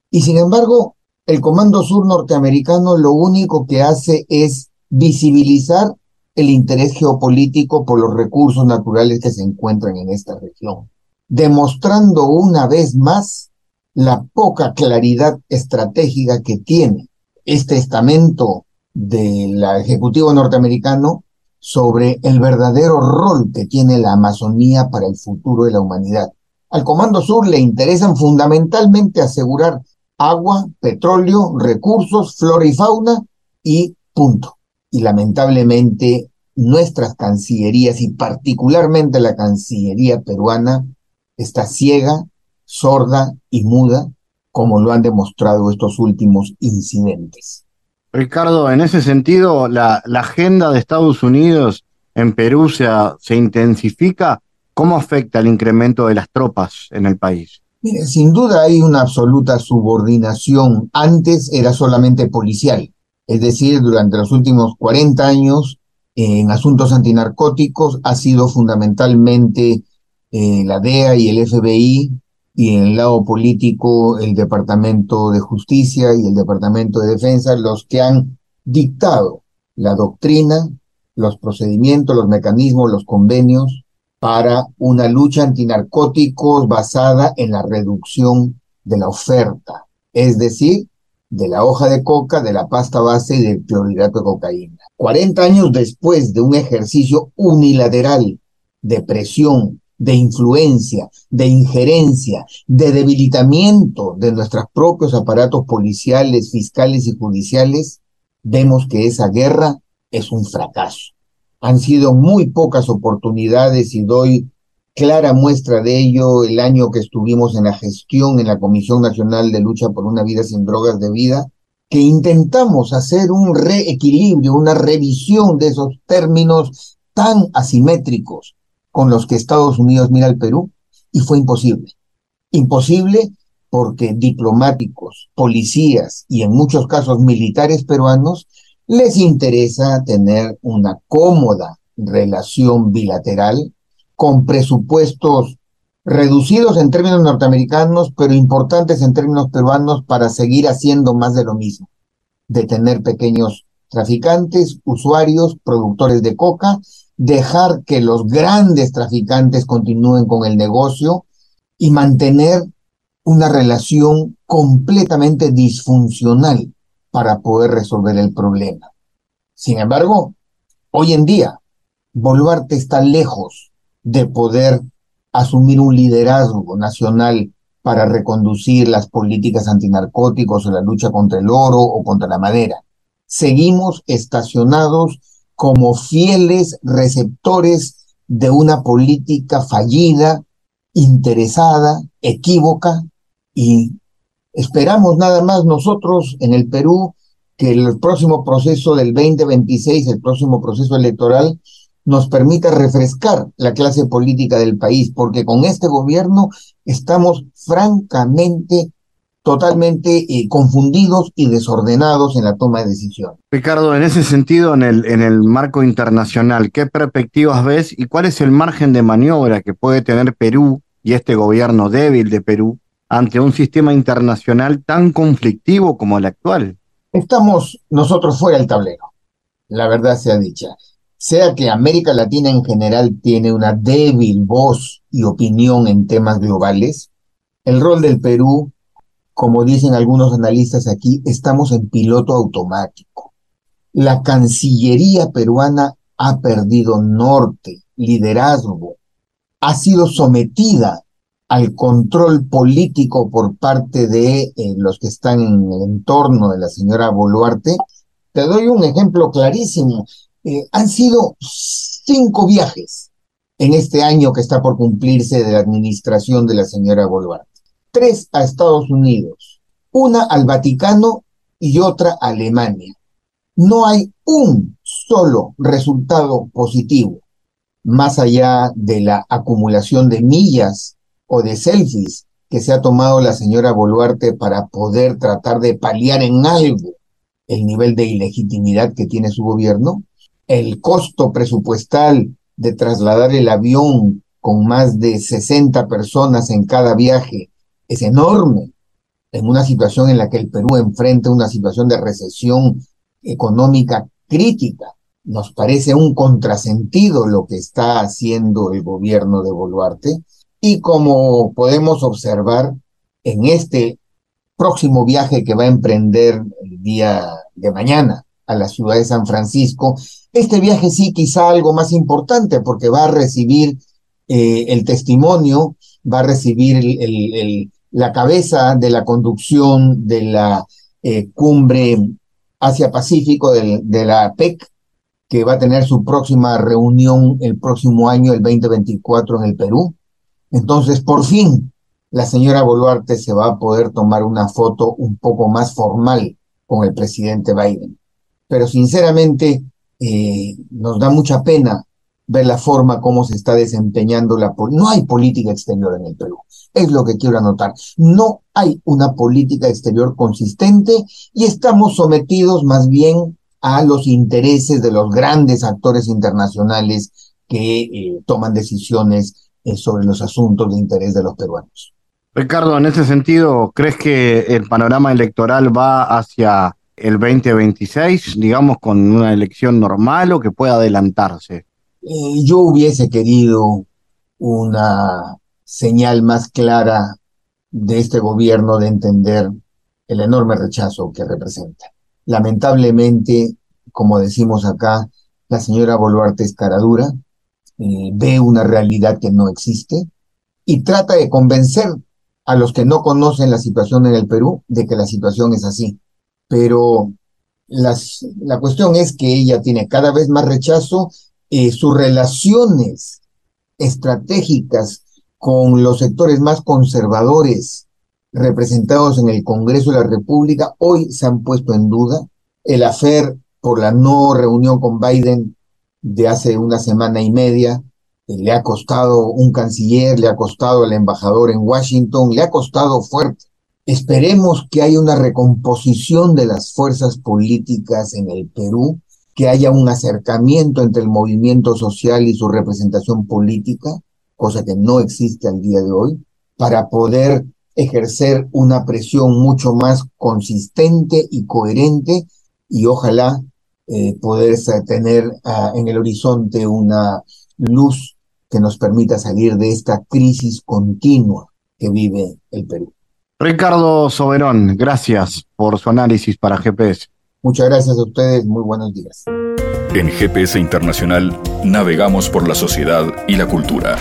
[SPEAKER 6] Y sin embargo, el Comando Sur norteamericano lo único que hace es visibilizar el interés geopolítico por los recursos naturales que se encuentran en esta región, demostrando una vez más la poca claridad estratégica que tiene este estamento del Ejecutivo norteamericano sobre el verdadero rol que tiene la Amazonía para el futuro de la humanidad. Al Comando Sur le interesan fundamentalmente asegurar agua, petróleo, recursos, flora y fauna y punto. Y lamentablemente nuestras cancillerías y particularmente la Cancillería peruana está ciega, sorda y muda, como lo han demostrado estos últimos incidentes.
[SPEAKER 2] Ricardo, en ese sentido, la, la agenda de Estados Unidos en Perú se, se intensifica. ¿Cómo afecta el incremento de las tropas en el país?
[SPEAKER 6] Mire, sin duda hay una absoluta subordinación. Antes era solamente policial, es decir, durante los últimos cuarenta años en asuntos antinarcóticos ha sido fundamentalmente eh, la D E A y el F B I, y en el lado político el Departamento de Justicia y el Departamento de Defensa los que han dictado la doctrina, los procedimientos, los mecanismos, los convenios para una lucha antinarcóticos basada en la reducción de la oferta, es decir, de la hoja de coca, de la pasta base y del clorhidrato de cocaína. cuarenta años después de un ejercicio unilateral de presión, de influencia, de injerencia, de debilitamiento de nuestros propios aparatos policiales, fiscales y judiciales, vemos que esa guerra es un fracaso. Han sido muy pocas oportunidades y doy clara muestra de ello el año que estuvimos en la gestión en la Comisión Nacional de Lucha por una Vida Sin Drogas de Vida, que intentamos hacer un reequilibrio, una revisión de esos términos tan asimétricos con los que Estados Unidos mira al Perú, y fue imposible. Imposible porque diplomáticos, policías y en muchos casos militares peruanos les interesa tener una cómoda relación bilateral con presupuestos reducidos en términos norteamericanos, pero importantes en términos peruanos para seguir haciendo más de lo mismo, detener pequeños traficantes, usuarios, productores de coca, dejar que los grandes traficantes continúen con el negocio y mantener una relación completamente disfuncional para poder resolver el problema. Sin embargo, hoy en día, Boluarte está lejos de poder asumir un liderazgo nacional para reconducir las políticas antinarcóticos o la lucha contra el oro o contra la madera. Seguimos estacionados como fieles receptores de una política fallida, interesada, equívoca, y esperamos nada más nosotros en el Perú que el próximo proceso del veinte veintiséis, el próximo proceso electoral, nos permita refrescar la clase política del país, porque con este gobierno estamos francamente, totalmente eh, confundidos y desordenados en la toma de decisiones.
[SPEAKER 2] Ricardo, en ese sentido, en el, en el marco internacional, ¿qué perspectivas ves y cuál es el margen de maniobra que puede tener Perú y este gobierno débil de Perú ante un sistema internacional tan conflictivo como el actual?
[SPEAKER 6] Estamos nosotros fuera del tablero, la verdad sea dicha. Sea que América Latina en general tiene una débil voz y opinión en temas globales, el rol del Perú, como dicen algunos analistas aquí, estamos en piloto automático. La Cancillería peruana ha perdido norte, liderazgo, ha sido sometida al control político por parte de eh, los que están en el entorno de la señora Boluarte. Te doy un ejemplo clarísimo. Eh, han sido cinco viajes en este año que está por cumplirse de la administración de la señora Boluarte. Tres a Estados Unidos, una al Vaticano y otra a Alemania. No hay un solo resultado positivo, más allá de la acumulación de millas o de selfies que se ha tomado la señora Boluarte para poder tratar de paliar en algo el nivel de ilegitimidad que tiene su gobierno. El costo presupuestal de trasladar el avión con más de sesenta personas en cada viaje es enorme. en una situación en la que el Perú enfrenta una situación de recesión económica crítica. Nos parece un contrasentido lo que está haciendo el gobierno de Boluarte, y como podemos observar en este próximo viaje que va a emprender el día de mañana a la ciudad de San Francisco, este viaje sí quizá algo más importante, porque va a recibir eh, el testimonio, va a recibir el, el, el, la cabeza de la conducción de la eh, cumbre Asia-Pacífico de, de la A P E C, que va a tener su próxima reunión el próximo año, el veinte veinticuatro, en el Perú. Entonces, por fin, la señora Boluarte se va a poder tomar una foto un poco más formal con el presidente Biden. Pero sinceramente, eh, nos da mucha pena ver la forma como se está desempeñando la política. No hay política exterior en el Perú, es lo que quiero anotar. No hay una política exterior consistente y estamos sometidos más bien a los intereses de los grandes actores internacionales que eh, toman decisiones eh, sobre los asuntos de interés de los peruanos.
[SPEAKER 2] Ricardo, en ese sentido, ¿crees que el panorama electoral va hacia el veinte veintiséis, digamos, con una elección normal, o que pueda adelantarse?
[SPEAKER 6] Eh, yo hubiese querido una señal más clara de este gobierno de entender el enorme rechazo que representa. Lamentablemente, como decimos acá, la señora Boluarte es cara dura, eh, ve una realidad que no existe y trata de convencer a los que no conocen la situación en el Perú de que la situación es así. Pero las, la cuestión es que ella tiene cada vez más rechazo, eh, sus relaciones estratégicas con los sectores más conservadores representados en el Congreso de la República hoy se han puesto en duda. El affair por la no reunión con Biden de hace una semana y media eh, le ha costado un canciller, le ha costado al embajador en Washington, le ha costado fuerte. Esperemos que haya una recomposición de las fuerzas políticas en el Perú, que haya un acercamiento entre el movimiento social y su representación política, cosa que no existe al día de hoy, para poder ejercer una presión mucho más consistente y coherente, y ojalá eh, poder tener uh, en el horizonte una luz que nos permita salir de esta crisis continua que vive el Perú.
[SPEAKER 2] Ricardo Soberón, gracias por su análisis para G P S.
[SPEAKER 6] Muchas gracias a ustedes, muy buenos días.
[SPEAKER 1] En G P S Internacional navegamos por la sociedad y la cultura.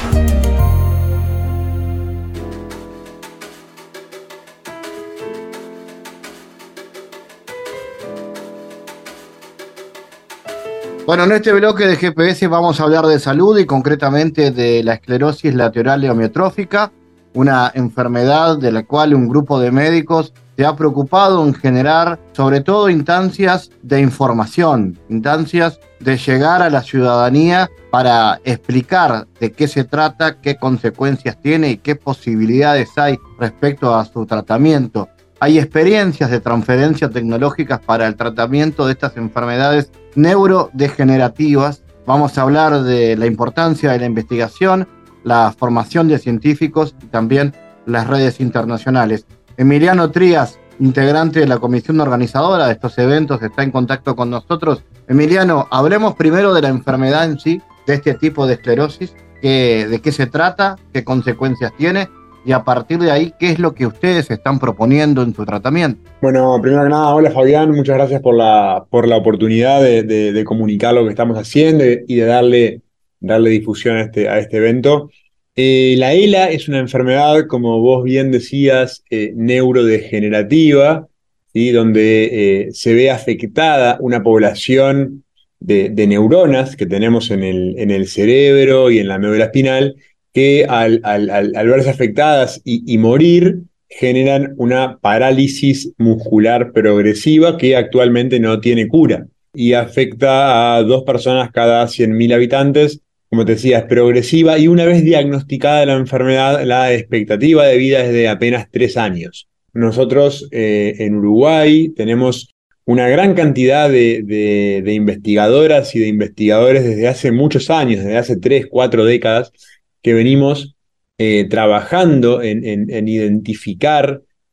[SPEAKER 2] Bueno, en este bloque de G P S vamos a hablar de salud y concretamente de la esclerosis lateral amiotrófica, una enfermedad de la cual un grupo de médicos se ha preocupado en generar sobre todo instancias de información, instancias de llegar a la ciudadanía para explicar de qué se trata, qué consecuencias tiene y qué posibilidades hay respecto a su tratamiento. Hay experiencias de transferencia tecnológicas para el tratamiento de estas enfermedades neurodegenerativas. Vamos a hablar de la importancia de la investigación, la formación de científicos y también las redes internacionales. Emiliano Trías, integrante de la comisión organizadora de estos eventos, está en contacto con nosotros. Emiliano, hablemos primero de la enfermedad en sí, de este tipo de esclerosis, que, de qué se trata, qué consecuencias tiene, y a partir de ahí, ¿qué es lo que ustedes están proponiendo en su tratamiento?
[SPEAKER 7] Bueno, primero que nada, hola Fabián, muchas gracias por la, por la oportunidad de, de, de comunicar lo que estamos haciendo y de darle, darle difusión a este, a este evento. Eh, la E L A es una enfermedad, como vos bien decías, eh, neurodegenerativa, ¿sí? Donde eh, se ve afectada una población de, de neuronas que tenemos en el, en el cerebro y en la médula espinal, que al, al, al, al verse afectadas y, y morir, generan una parálisis muscular progresiva que actualmente no tiene cura y afecta a dos personas cada cien mil habitantes. Como te decía, es progresiva y una vez diagnosticada la enfermedad, la expectativa de vida es de apenas tres años. Nosotros eh, en Uruguay tenemos una gran cantidad de, de, de investigadoras y de investigadores desde hace muchos años, desde hace tres, cuatro décadas, que venimos eh, trabajando en, en, en identificar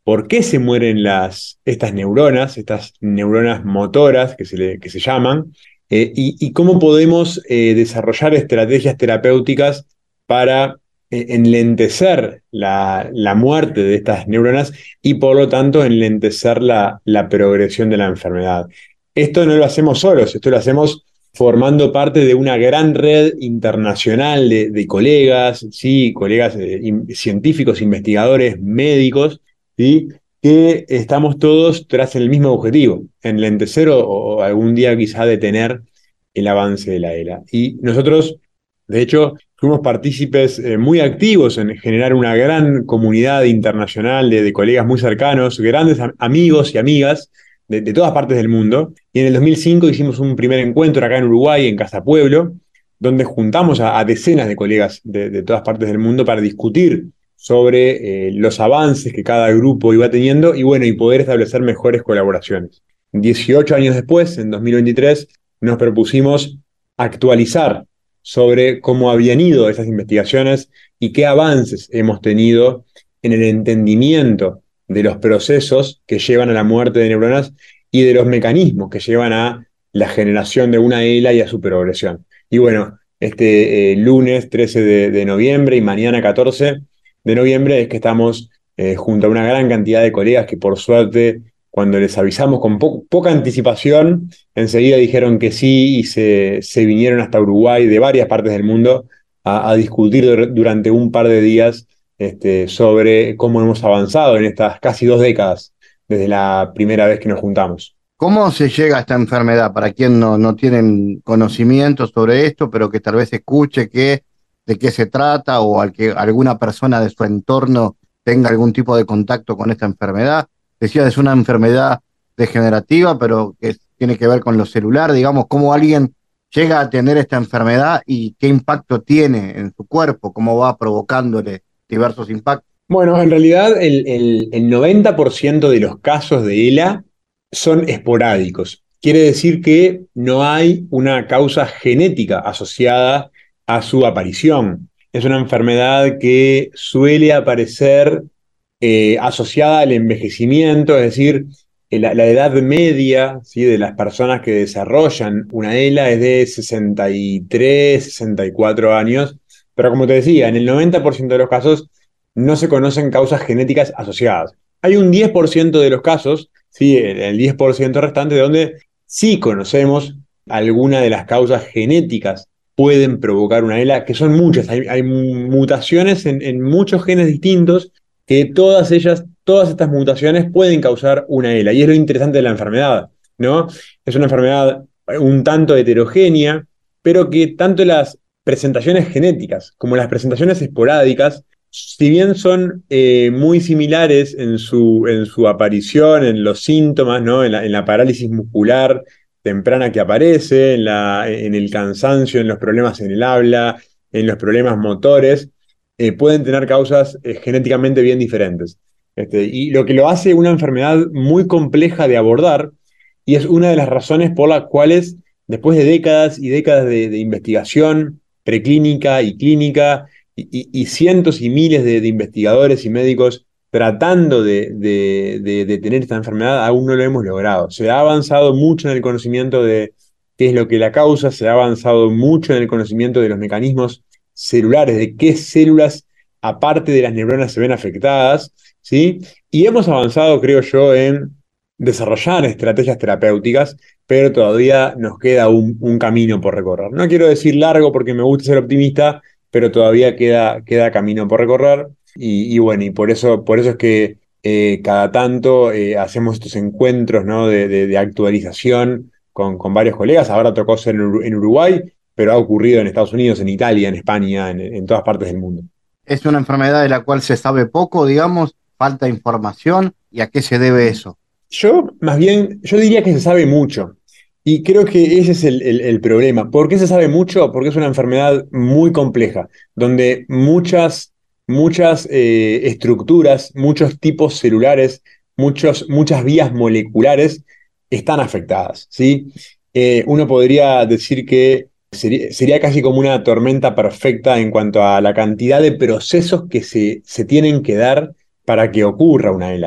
[SPEAKER 7] por qué se mueren las, estas neuronas, estas neuronas motoras que se, le, que se llaman, eh, y, y cómo podemos eh, desarrollar estrategias terapéuticas para eh, enlentecer la, la muerte de estas neuronas y por lo tanto enlentecer la, la progresión de la enfermedad. Esto no lo hacemos solos, esto lo hacemos formando parte de una gran red internacional de, de colegas, ¿sí? Colegas eh, in, científicos, investigadores, médicos, ¿sí? Que estamos todos tras el mismo objetivo, enlentecer o, o algún día quizá detener el avance de la E L A. Y nosotros, de hecho, fuimos partícipes eh, muy activos en generar una gran comunidad internacional de, de colegas muy cercanos, grandes am- amigos y amigas de, de todas partes del mundo. Y en el dos mil cinco hicimos un primer encuentro acá en Uruguay, en Casa Pueblo, donde juntamos a, a decenas de colegas de, de todas partes del mundo para discutir sobre eh, los avances que cada grupo iba teniendo y bueno, y poder establecer mejores colaboraciones. dieciocho años después, en dos mil veintitrés, nos propusimos actualizar sobre cómo habían ido esas investigaciones y qué avances hemos tenido en el entendimiento de los procesos que llevan a la muerte de neuronas y de los mecanismos que llevan a la generación de una E L A y a su progresión. Y bueno, este eh, lunes trece de, de noviembre y mañana catorce de noviembre es que estamos eh, junto a una gran cantidad de colegas que por suerte, cuando les avisamos con po poca anticipación, enseguida dijeron que sí y se, se vinieron hasta Uruguay de varias partes del mundo a, a discutir durante un par de días este, sobre cómo hemos avanzado en estas casi dos décadas desde la primera vez que nos juntamos.
[SPEAKER 2] ¿Cómo se llega a esta enfermedad? Para quien no, no tienen conocimiento sobre esto, pero que tal vez escuche que, de qué se trata o al que alguna persona de su entorno tenga algún tipo de contacto con esta enfermedad. Decía, es una enfermedad degenerativa, pero que tiene que ver con lo celular, digamos, cómo alguien llega a tener esta enfermedad y qué impacto tiene en su cuerpo, cómo va provocándole diversos impactos.
[SPEAKER 7] Bueno, en realidad el, el, el noventa por ciento de los casos de E L A son esporádicos. Quiere decir que no hay una causa genética asociada a su aparición. Es una enfermedad que suele aparecer eh, asociada al envejecimiento, es decir, la, la edad media, ¿sí?, de las personas que desarrollan una E L A es de sesenta y tres, sesenta y cuatro años, pero como te decía, en el noventa por ciento de los casos no se conocen causas genéticas asociadas. Hay un diez por ciento de los casos, ¿sí?, el, el diez por ciento restante, donde sí conocemos alguna de las causas genéticas pueden provocar una E L A, que son muchas. Hay, hay mutaciones en, en muchos genes distintos que todas ellas, todas estas mutaciones pueden causar una E L A. Y es lo interesante de la enfermedad, ¿no? Es una enfermedad un tanto heterogénea, pero que tanto las presentaciones genéticas como las presentaciones esporádicas, si bien son eh, muy similares en su, en su aparición, en los síntomas, ¿no?, en la, en la parálisis muscular temprana que aparece, en, la, en el cansancio, en los problemas en el habla, en los problemas motores, eh, pueden tener causas eh, genéticamente bien diferentes. Este, y lo que lo hace una enfermedad muy compleja de abordar, y es una de las razones por las cuales, después de décadas y décadas de, de investigación preclínica y clínica, y, y, y cientos y miles de, de investigadores y médicos tratando de, de, de, de tener esta enfermedad, aún no lo hemos logrado. Se ha avanzado mucho en el conocimiento de qué es lo que la causa, se ha avanzado mucho en el conocimiento de los mecanismos celulares, de qué células, aparte de las neuronas, se ven afectadas, ¿sí? Y hemos avanzado, creo yo, en desarrollar estrategias terapéuticas, pero todavía nos queda un, un camino por recorrer. No quiero decir largo porque me gusta ser optimista, pero todavía queda, queda camino por recorrer. Y, y bueno, y por eso, por eso es que eh, cada tanto eh, hacemos estos encuentros, ¿no?, de, de, de actualización con, con varios colegas. Ahora tocó ser en, en Uruguay, pero ha ocurrido en Estados Unidos, en Italia, en España, en, en todas partes del mundo.
[SPEAKER 2] Es una enfermedad de la cual se sabe poco, digamos, falta información. ¿Y a qué se debe eso?
[SPEAKER 7] Yo, más bien, yo diría que se sabe mucho. Y creo que ese es el, el, el problema. ¿Por qué se sabe mucho? Porque es una enfermedad muy compleja, donde muchas, muchas eh, estructuras, muchos tipos celulares, muchos, muchas vías moleculares están afectadas, ¿sí? Eh, uno podría decir que sería, sería casi como una tormenta perfecta en cuanto a la cantidad de procesos que se, se tienen que dar para que ocurra una E L A.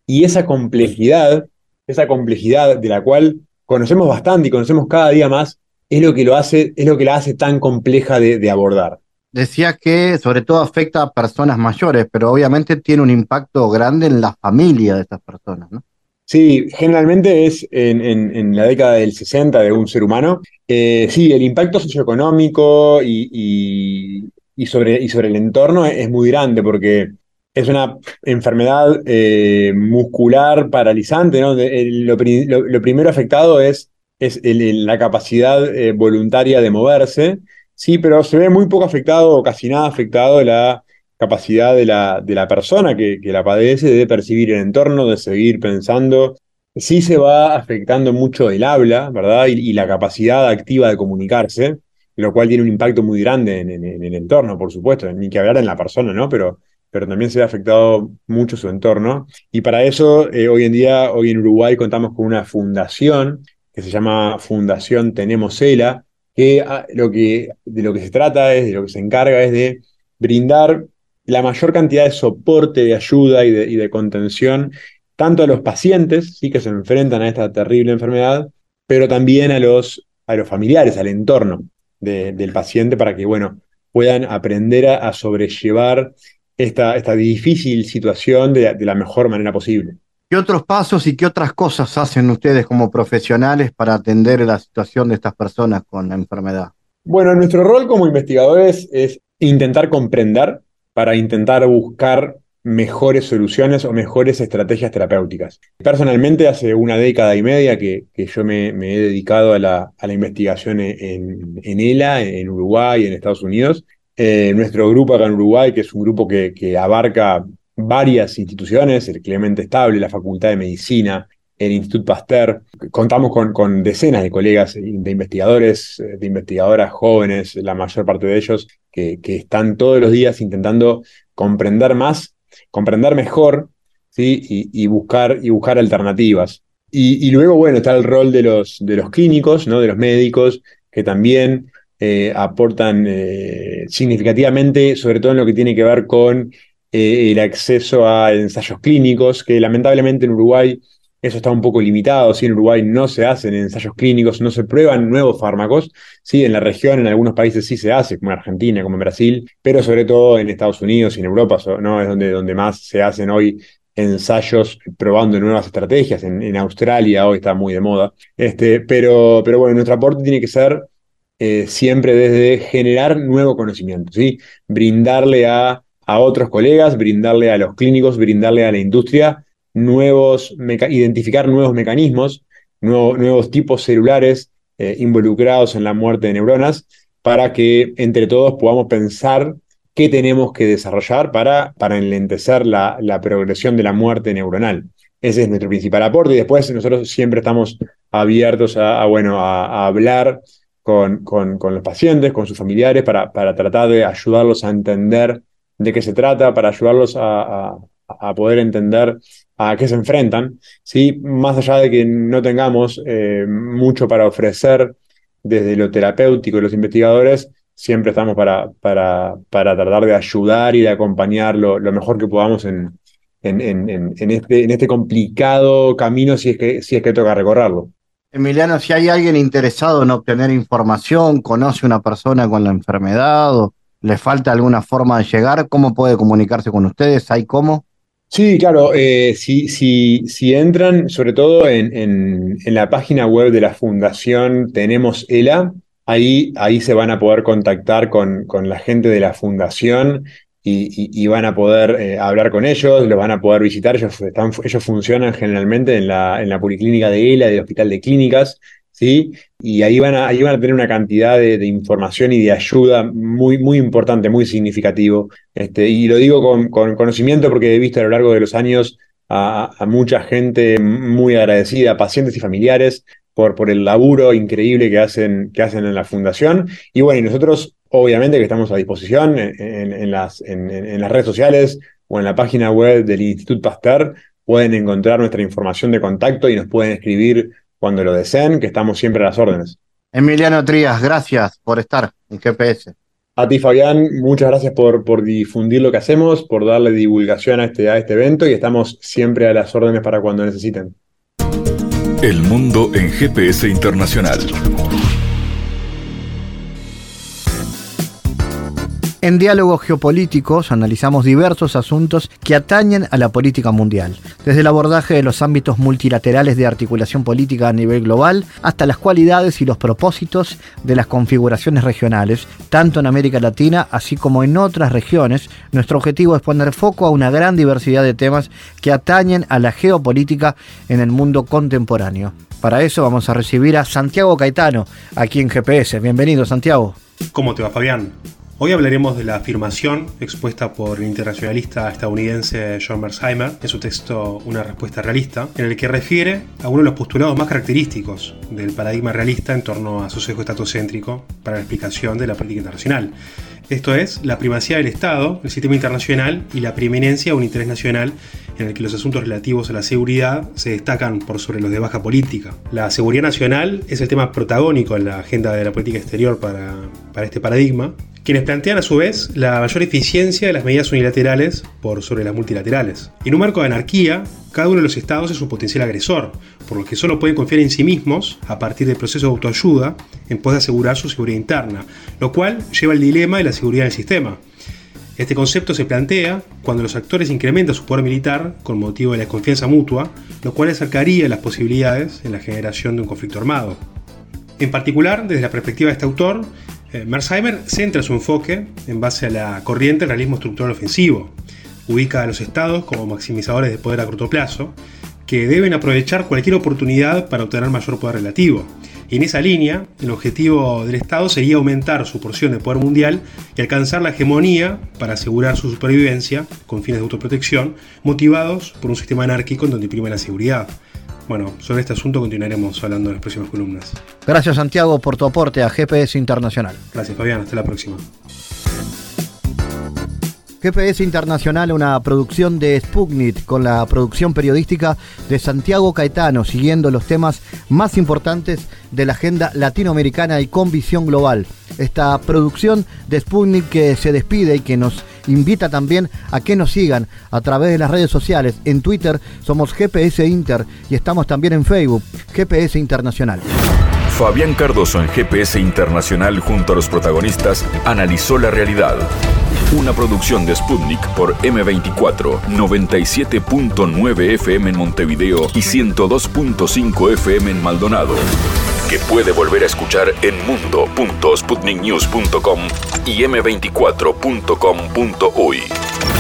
[SPEAKER 7] Y esa complejidad, esa complejidad de la cual conocemos bastante y conocemos cada día más, es lo que lo hace, es lo que la hace tan compleja de, de abordar.
[SPEAKER 2] Decías que sobre todo afecta a personas mayores, pero obviamente tiene un impacto grande en la familia de estas personas, ¿no?
[SPEAKER 7] Sí, generalmente es en, en- en la década del sesenta de un ser humano. Eh, sí, el impacto socioeconómico y, y- y sobre, y sobre el entorno es, es muy grande porque es una enfermedad eh, muscular paralizante, ¿no? De- el- lo, pri- lo- lo primero afectado es, es el- el- la capacidad eh, voluntaria de moverse, sí, pero se ve muy poco afectado o casi nada afectado la capacidad de la, de la persona que, que la padece de percibir el entorno, de seguir pensando. Sí se va afectando mucho el habla, ¿verdad? Y, y la capacidad activa de comunicarse, lo cual tiene un impacto muy grande en, en- en el entorno, por supuesto, ni que hablar en la persona, ¿no? Pero, pero también se ve afectado mucho su entorno. Y para eso, eh, hoy en día, hoy en Uruguay contamos con una fundación que se llama Fundación Tenemos ELA, que ah, lo que, de lo que se trata es, de lo que se encarga es de brindar la mayor cantidad de soporte, de ayuda y de, y de contención, tanto a los pacientes, sí, que se enfrentan a esta terrible enfermedad, pero también a los, a los familiares, al entorno de- del paciente, para que, bueno, puedan aprender a, a sobrellevar esta, esta difícil situación de, de la mejor manera posible.
[SPEAKER 2] ¿Qué otros pasos y qué otras cosas hacen ustedes como profesionales para atender la situación de estas personas con la enfermedad?
[SPEAKER 7] Bueno, nuestro rol como investigadores es intentar comprender para intentar buscar mejores soluciones o mejores estrategias terapéuticas. Personalmente, hace una década y media que, que yo me, me he dedicado a la, a la investigación en, en ELA, en Uruguay, en Estados Unidos. Eh, nuestro grupo acá en Uruguay, que es un grupo que, que abarca varias instituciones, el Clemente Estable, la Facultad de Medicina, el Instituto Pasteur. Contamos con, con decenas de colegas, de investigadores, eh, de investigadoras jóvenes, la mayor parte de ellos, que, que están todos los días intentando comprender más, comprender mejor, ¿sí? y, y buscar, y buscar alternativas. Y, y luego, bueno, está el rol de los, de los clínicos, ¿no? De los médicos, que también eh, aportan eh, significativamente, sobre todo en lo que tiene que ver con eh, el acceso a ensayos clínicos, que lamentablemente en Uruguay eso está un poco limitado. ¿Sí? En Uruguay no se hacen ensayos clínicos, no se prueban nuevos fármacos. ¿Sí? En la región, en algunos países sí se hace, como en Argentina, como en Brasil, pero sobre todo en Estados Unidos y en Europa, ¿no? Es donde, donde más se hacen hoy ensayos probando nuevas estrategias. En, en Australia hoy está muy de moda. Este, pero, pero bueno, nuestro aporte tiene que ser eh, siempre desde generar nuevo conocimiento, ¿sí? Brindarle a, a otros colegas, brindarle a los clínicos, brindarle a la industria nuevos, meca- identificar nuevos mecanismos, nuevo- nuevos tipos celulares eh, involucrados en la muerte de neuronas, para que entre todos podamos pensar qué tenemos que desarrollar para, para enlentecer la, la progresión de la muerte neuronal. Ese es nuestro principal aporte y después nosotros siempre estamos abiertos a, a, bueno, a, a hablar con, con, con los pacientes, con sus familiares, para, para tratar de ayudarlos a entender de qué se trata, para ayudarlos a, a, a poder entender a qué se enfrentan, ¿sí? Más allá de que no tengamos eh, mucho para ofrecer desde lo terapéutico de los investigadores, siempre estamos para, para, para tratar de ayudar y de acompañar lo, lo mejor que podamos en, en, en, en, en este, en este complicado camino, si es que, si es que toca recorrerlo.
[SPEAKER 2] Emiliano, si hay alguien interesado en obtener información, conoce una persona con la enfermedad o le falta alguna forma de llegar, ¿cómo puede comunicarse con ustedes? ¿Hay cómo?
[SPEAKER 7] Sí, claro, eh, si, si, si entran sobre todo en, en, en la página web de la Fundación Tenemos ELA, ahí, ahí se van a poder contactar con, con la gente de la Fundación y, y- y van a poder eh, hablar con ellos, los van a poder visitar. Ellos, están, ellos funcionan generalmente en la, en la Policlínica de ELA, del Hospital de Clínicas, ¿sí? Y ahí van a, ahí van a tener una cantidad de, de información y de ayuda muy, muy importante, muy significativo. Este, y lo digo con, con conocimiento porque he visto a lo largo de los años a, a mucha gente muy agradecida, pacientes y familiares, por, por el laburo increíble que hacen, que hacen en la fundación. Y bueno, y nosotros obviamente que estamos a disposición en, en- en las, en, en- en las redes sociales o en la página web del Instituto Pasteur. Pueden encontrar nuestra información de contacto y nos pueden escribir cuando lo deseen, que estamos siempre a las órdenes.
[SPEAKER 2] Emiliano Trías, gracias por estar en G P S.
[SPEAKER 7] A ti, Fabián, muchas gracias por, por difundir lo que hacemos, por darle divulgación a este, a este evento y estamos siempre a las órdenes para cuando necesiten.
[SPEAKER 1] El mundo en G P S Internacional.
[SPEAKER 2] En Diálogos Geopolíticos analizamos diversos asuntos que atañen a la política mundial, desde el abordaje de los ámbitos multilaterales de articulación política a nivel global hasta las cualidades y los propósitos de las configuraciones regionales, tanto en América Latina así como en otras regiones. Nuestro objetivo es poner foco a una gran diversidad de temas que atañen a la geopolítica en el mundo contemporáneo. Para eso vamos a recibir a Santiago Caetano, aquí en G P S. Bienvenido, Santiago.
[SPEAKER 8] ¿Cómo te va, Fabián? Hoy hablaremos de la afirmación expuesta por el internacionalista estadounidense John Mearsheimer en su texto Una respuesta realista, en el que refiere a uno de los postulados más característicos del paradigma realista en torno a su sesgo estatocéntrico para la explicación de la política internacional. Esto es, la primacía del Estado, el sistema internacional y la preeminencia de un interés nacional en el que los asuntos relativos a la seguridad se destacan por sobre los de baja política. La seguridad nacional es el tema protagónico en la agenda de la política exterior para, para este paradigma, quienes plantean a su vez la mayor eficiencia de las medidas unilaterales por sobre las multilaterales. En un marco de anarquía, cada uno de los estados es un potencial agresor, por lo que solo pueden confiar en sí mismos a partir del proceso de autoayuda en pos de asegurar su seguridad interna, lo cual lleva al dilema de la seguridad del sistema. Este concepto se plantea cuando los actores incrementan su poder militar con motivo de la desconfianza mutua, lo cual acercaría las posibilidades en la generación de un conflicto armado. En particular, desde la perspectiva de este autor, eh, Mearsheimer centra su enfoque en base a la corriente del realismo estructural ofensivo. Ubica a los estados como maximizadores de poder a corto plazo, que deben aprovechar cualquier oportunidad para obtener mayor poder relativo. Y en esa línea, el objetivo del Estado sería aumentar su porción de poder mundial y alcanzar la hegemonía para asegurar su supervivencia con fines de autoprotección, motivados por un sistema anárquico en donde prima la seguridad. Bueno, sobre este asunto continuaremos hablando en las próximas columnas.
[SPEAKER 2] Gracias, Santiago, por tu aporte a G P S Internacional.
[SPEAKER 8] Gracias, Fabián. Hasta la próxima.
[SPEAKER 2] G P S Internacional, una producción de Sputnik con la producción periodística de Santiago Caetano, siguiendo los temas más importantes de la agenda latinoamericana y con visión global. Esta producción de Sputnik que se despide y que nos invita también a que nos sigan a través de las redes sociales. En Twitter somos G P S Inter y estamos también en Facebook, G P S Internacional.
[SPEAKER 1] Fabián Cardoso en G P S Internacional junto a los protagonistas analizó la realidad. Una producción de Sputnik por eme veinticuatro, noventa y siete punto nueve F M en Montevideo y ciento dos punto cinco F M en Maldonado. Que puede volver a escuchar en mundo punto sputnik news punto com y eme veinticuatro punto com punto uy.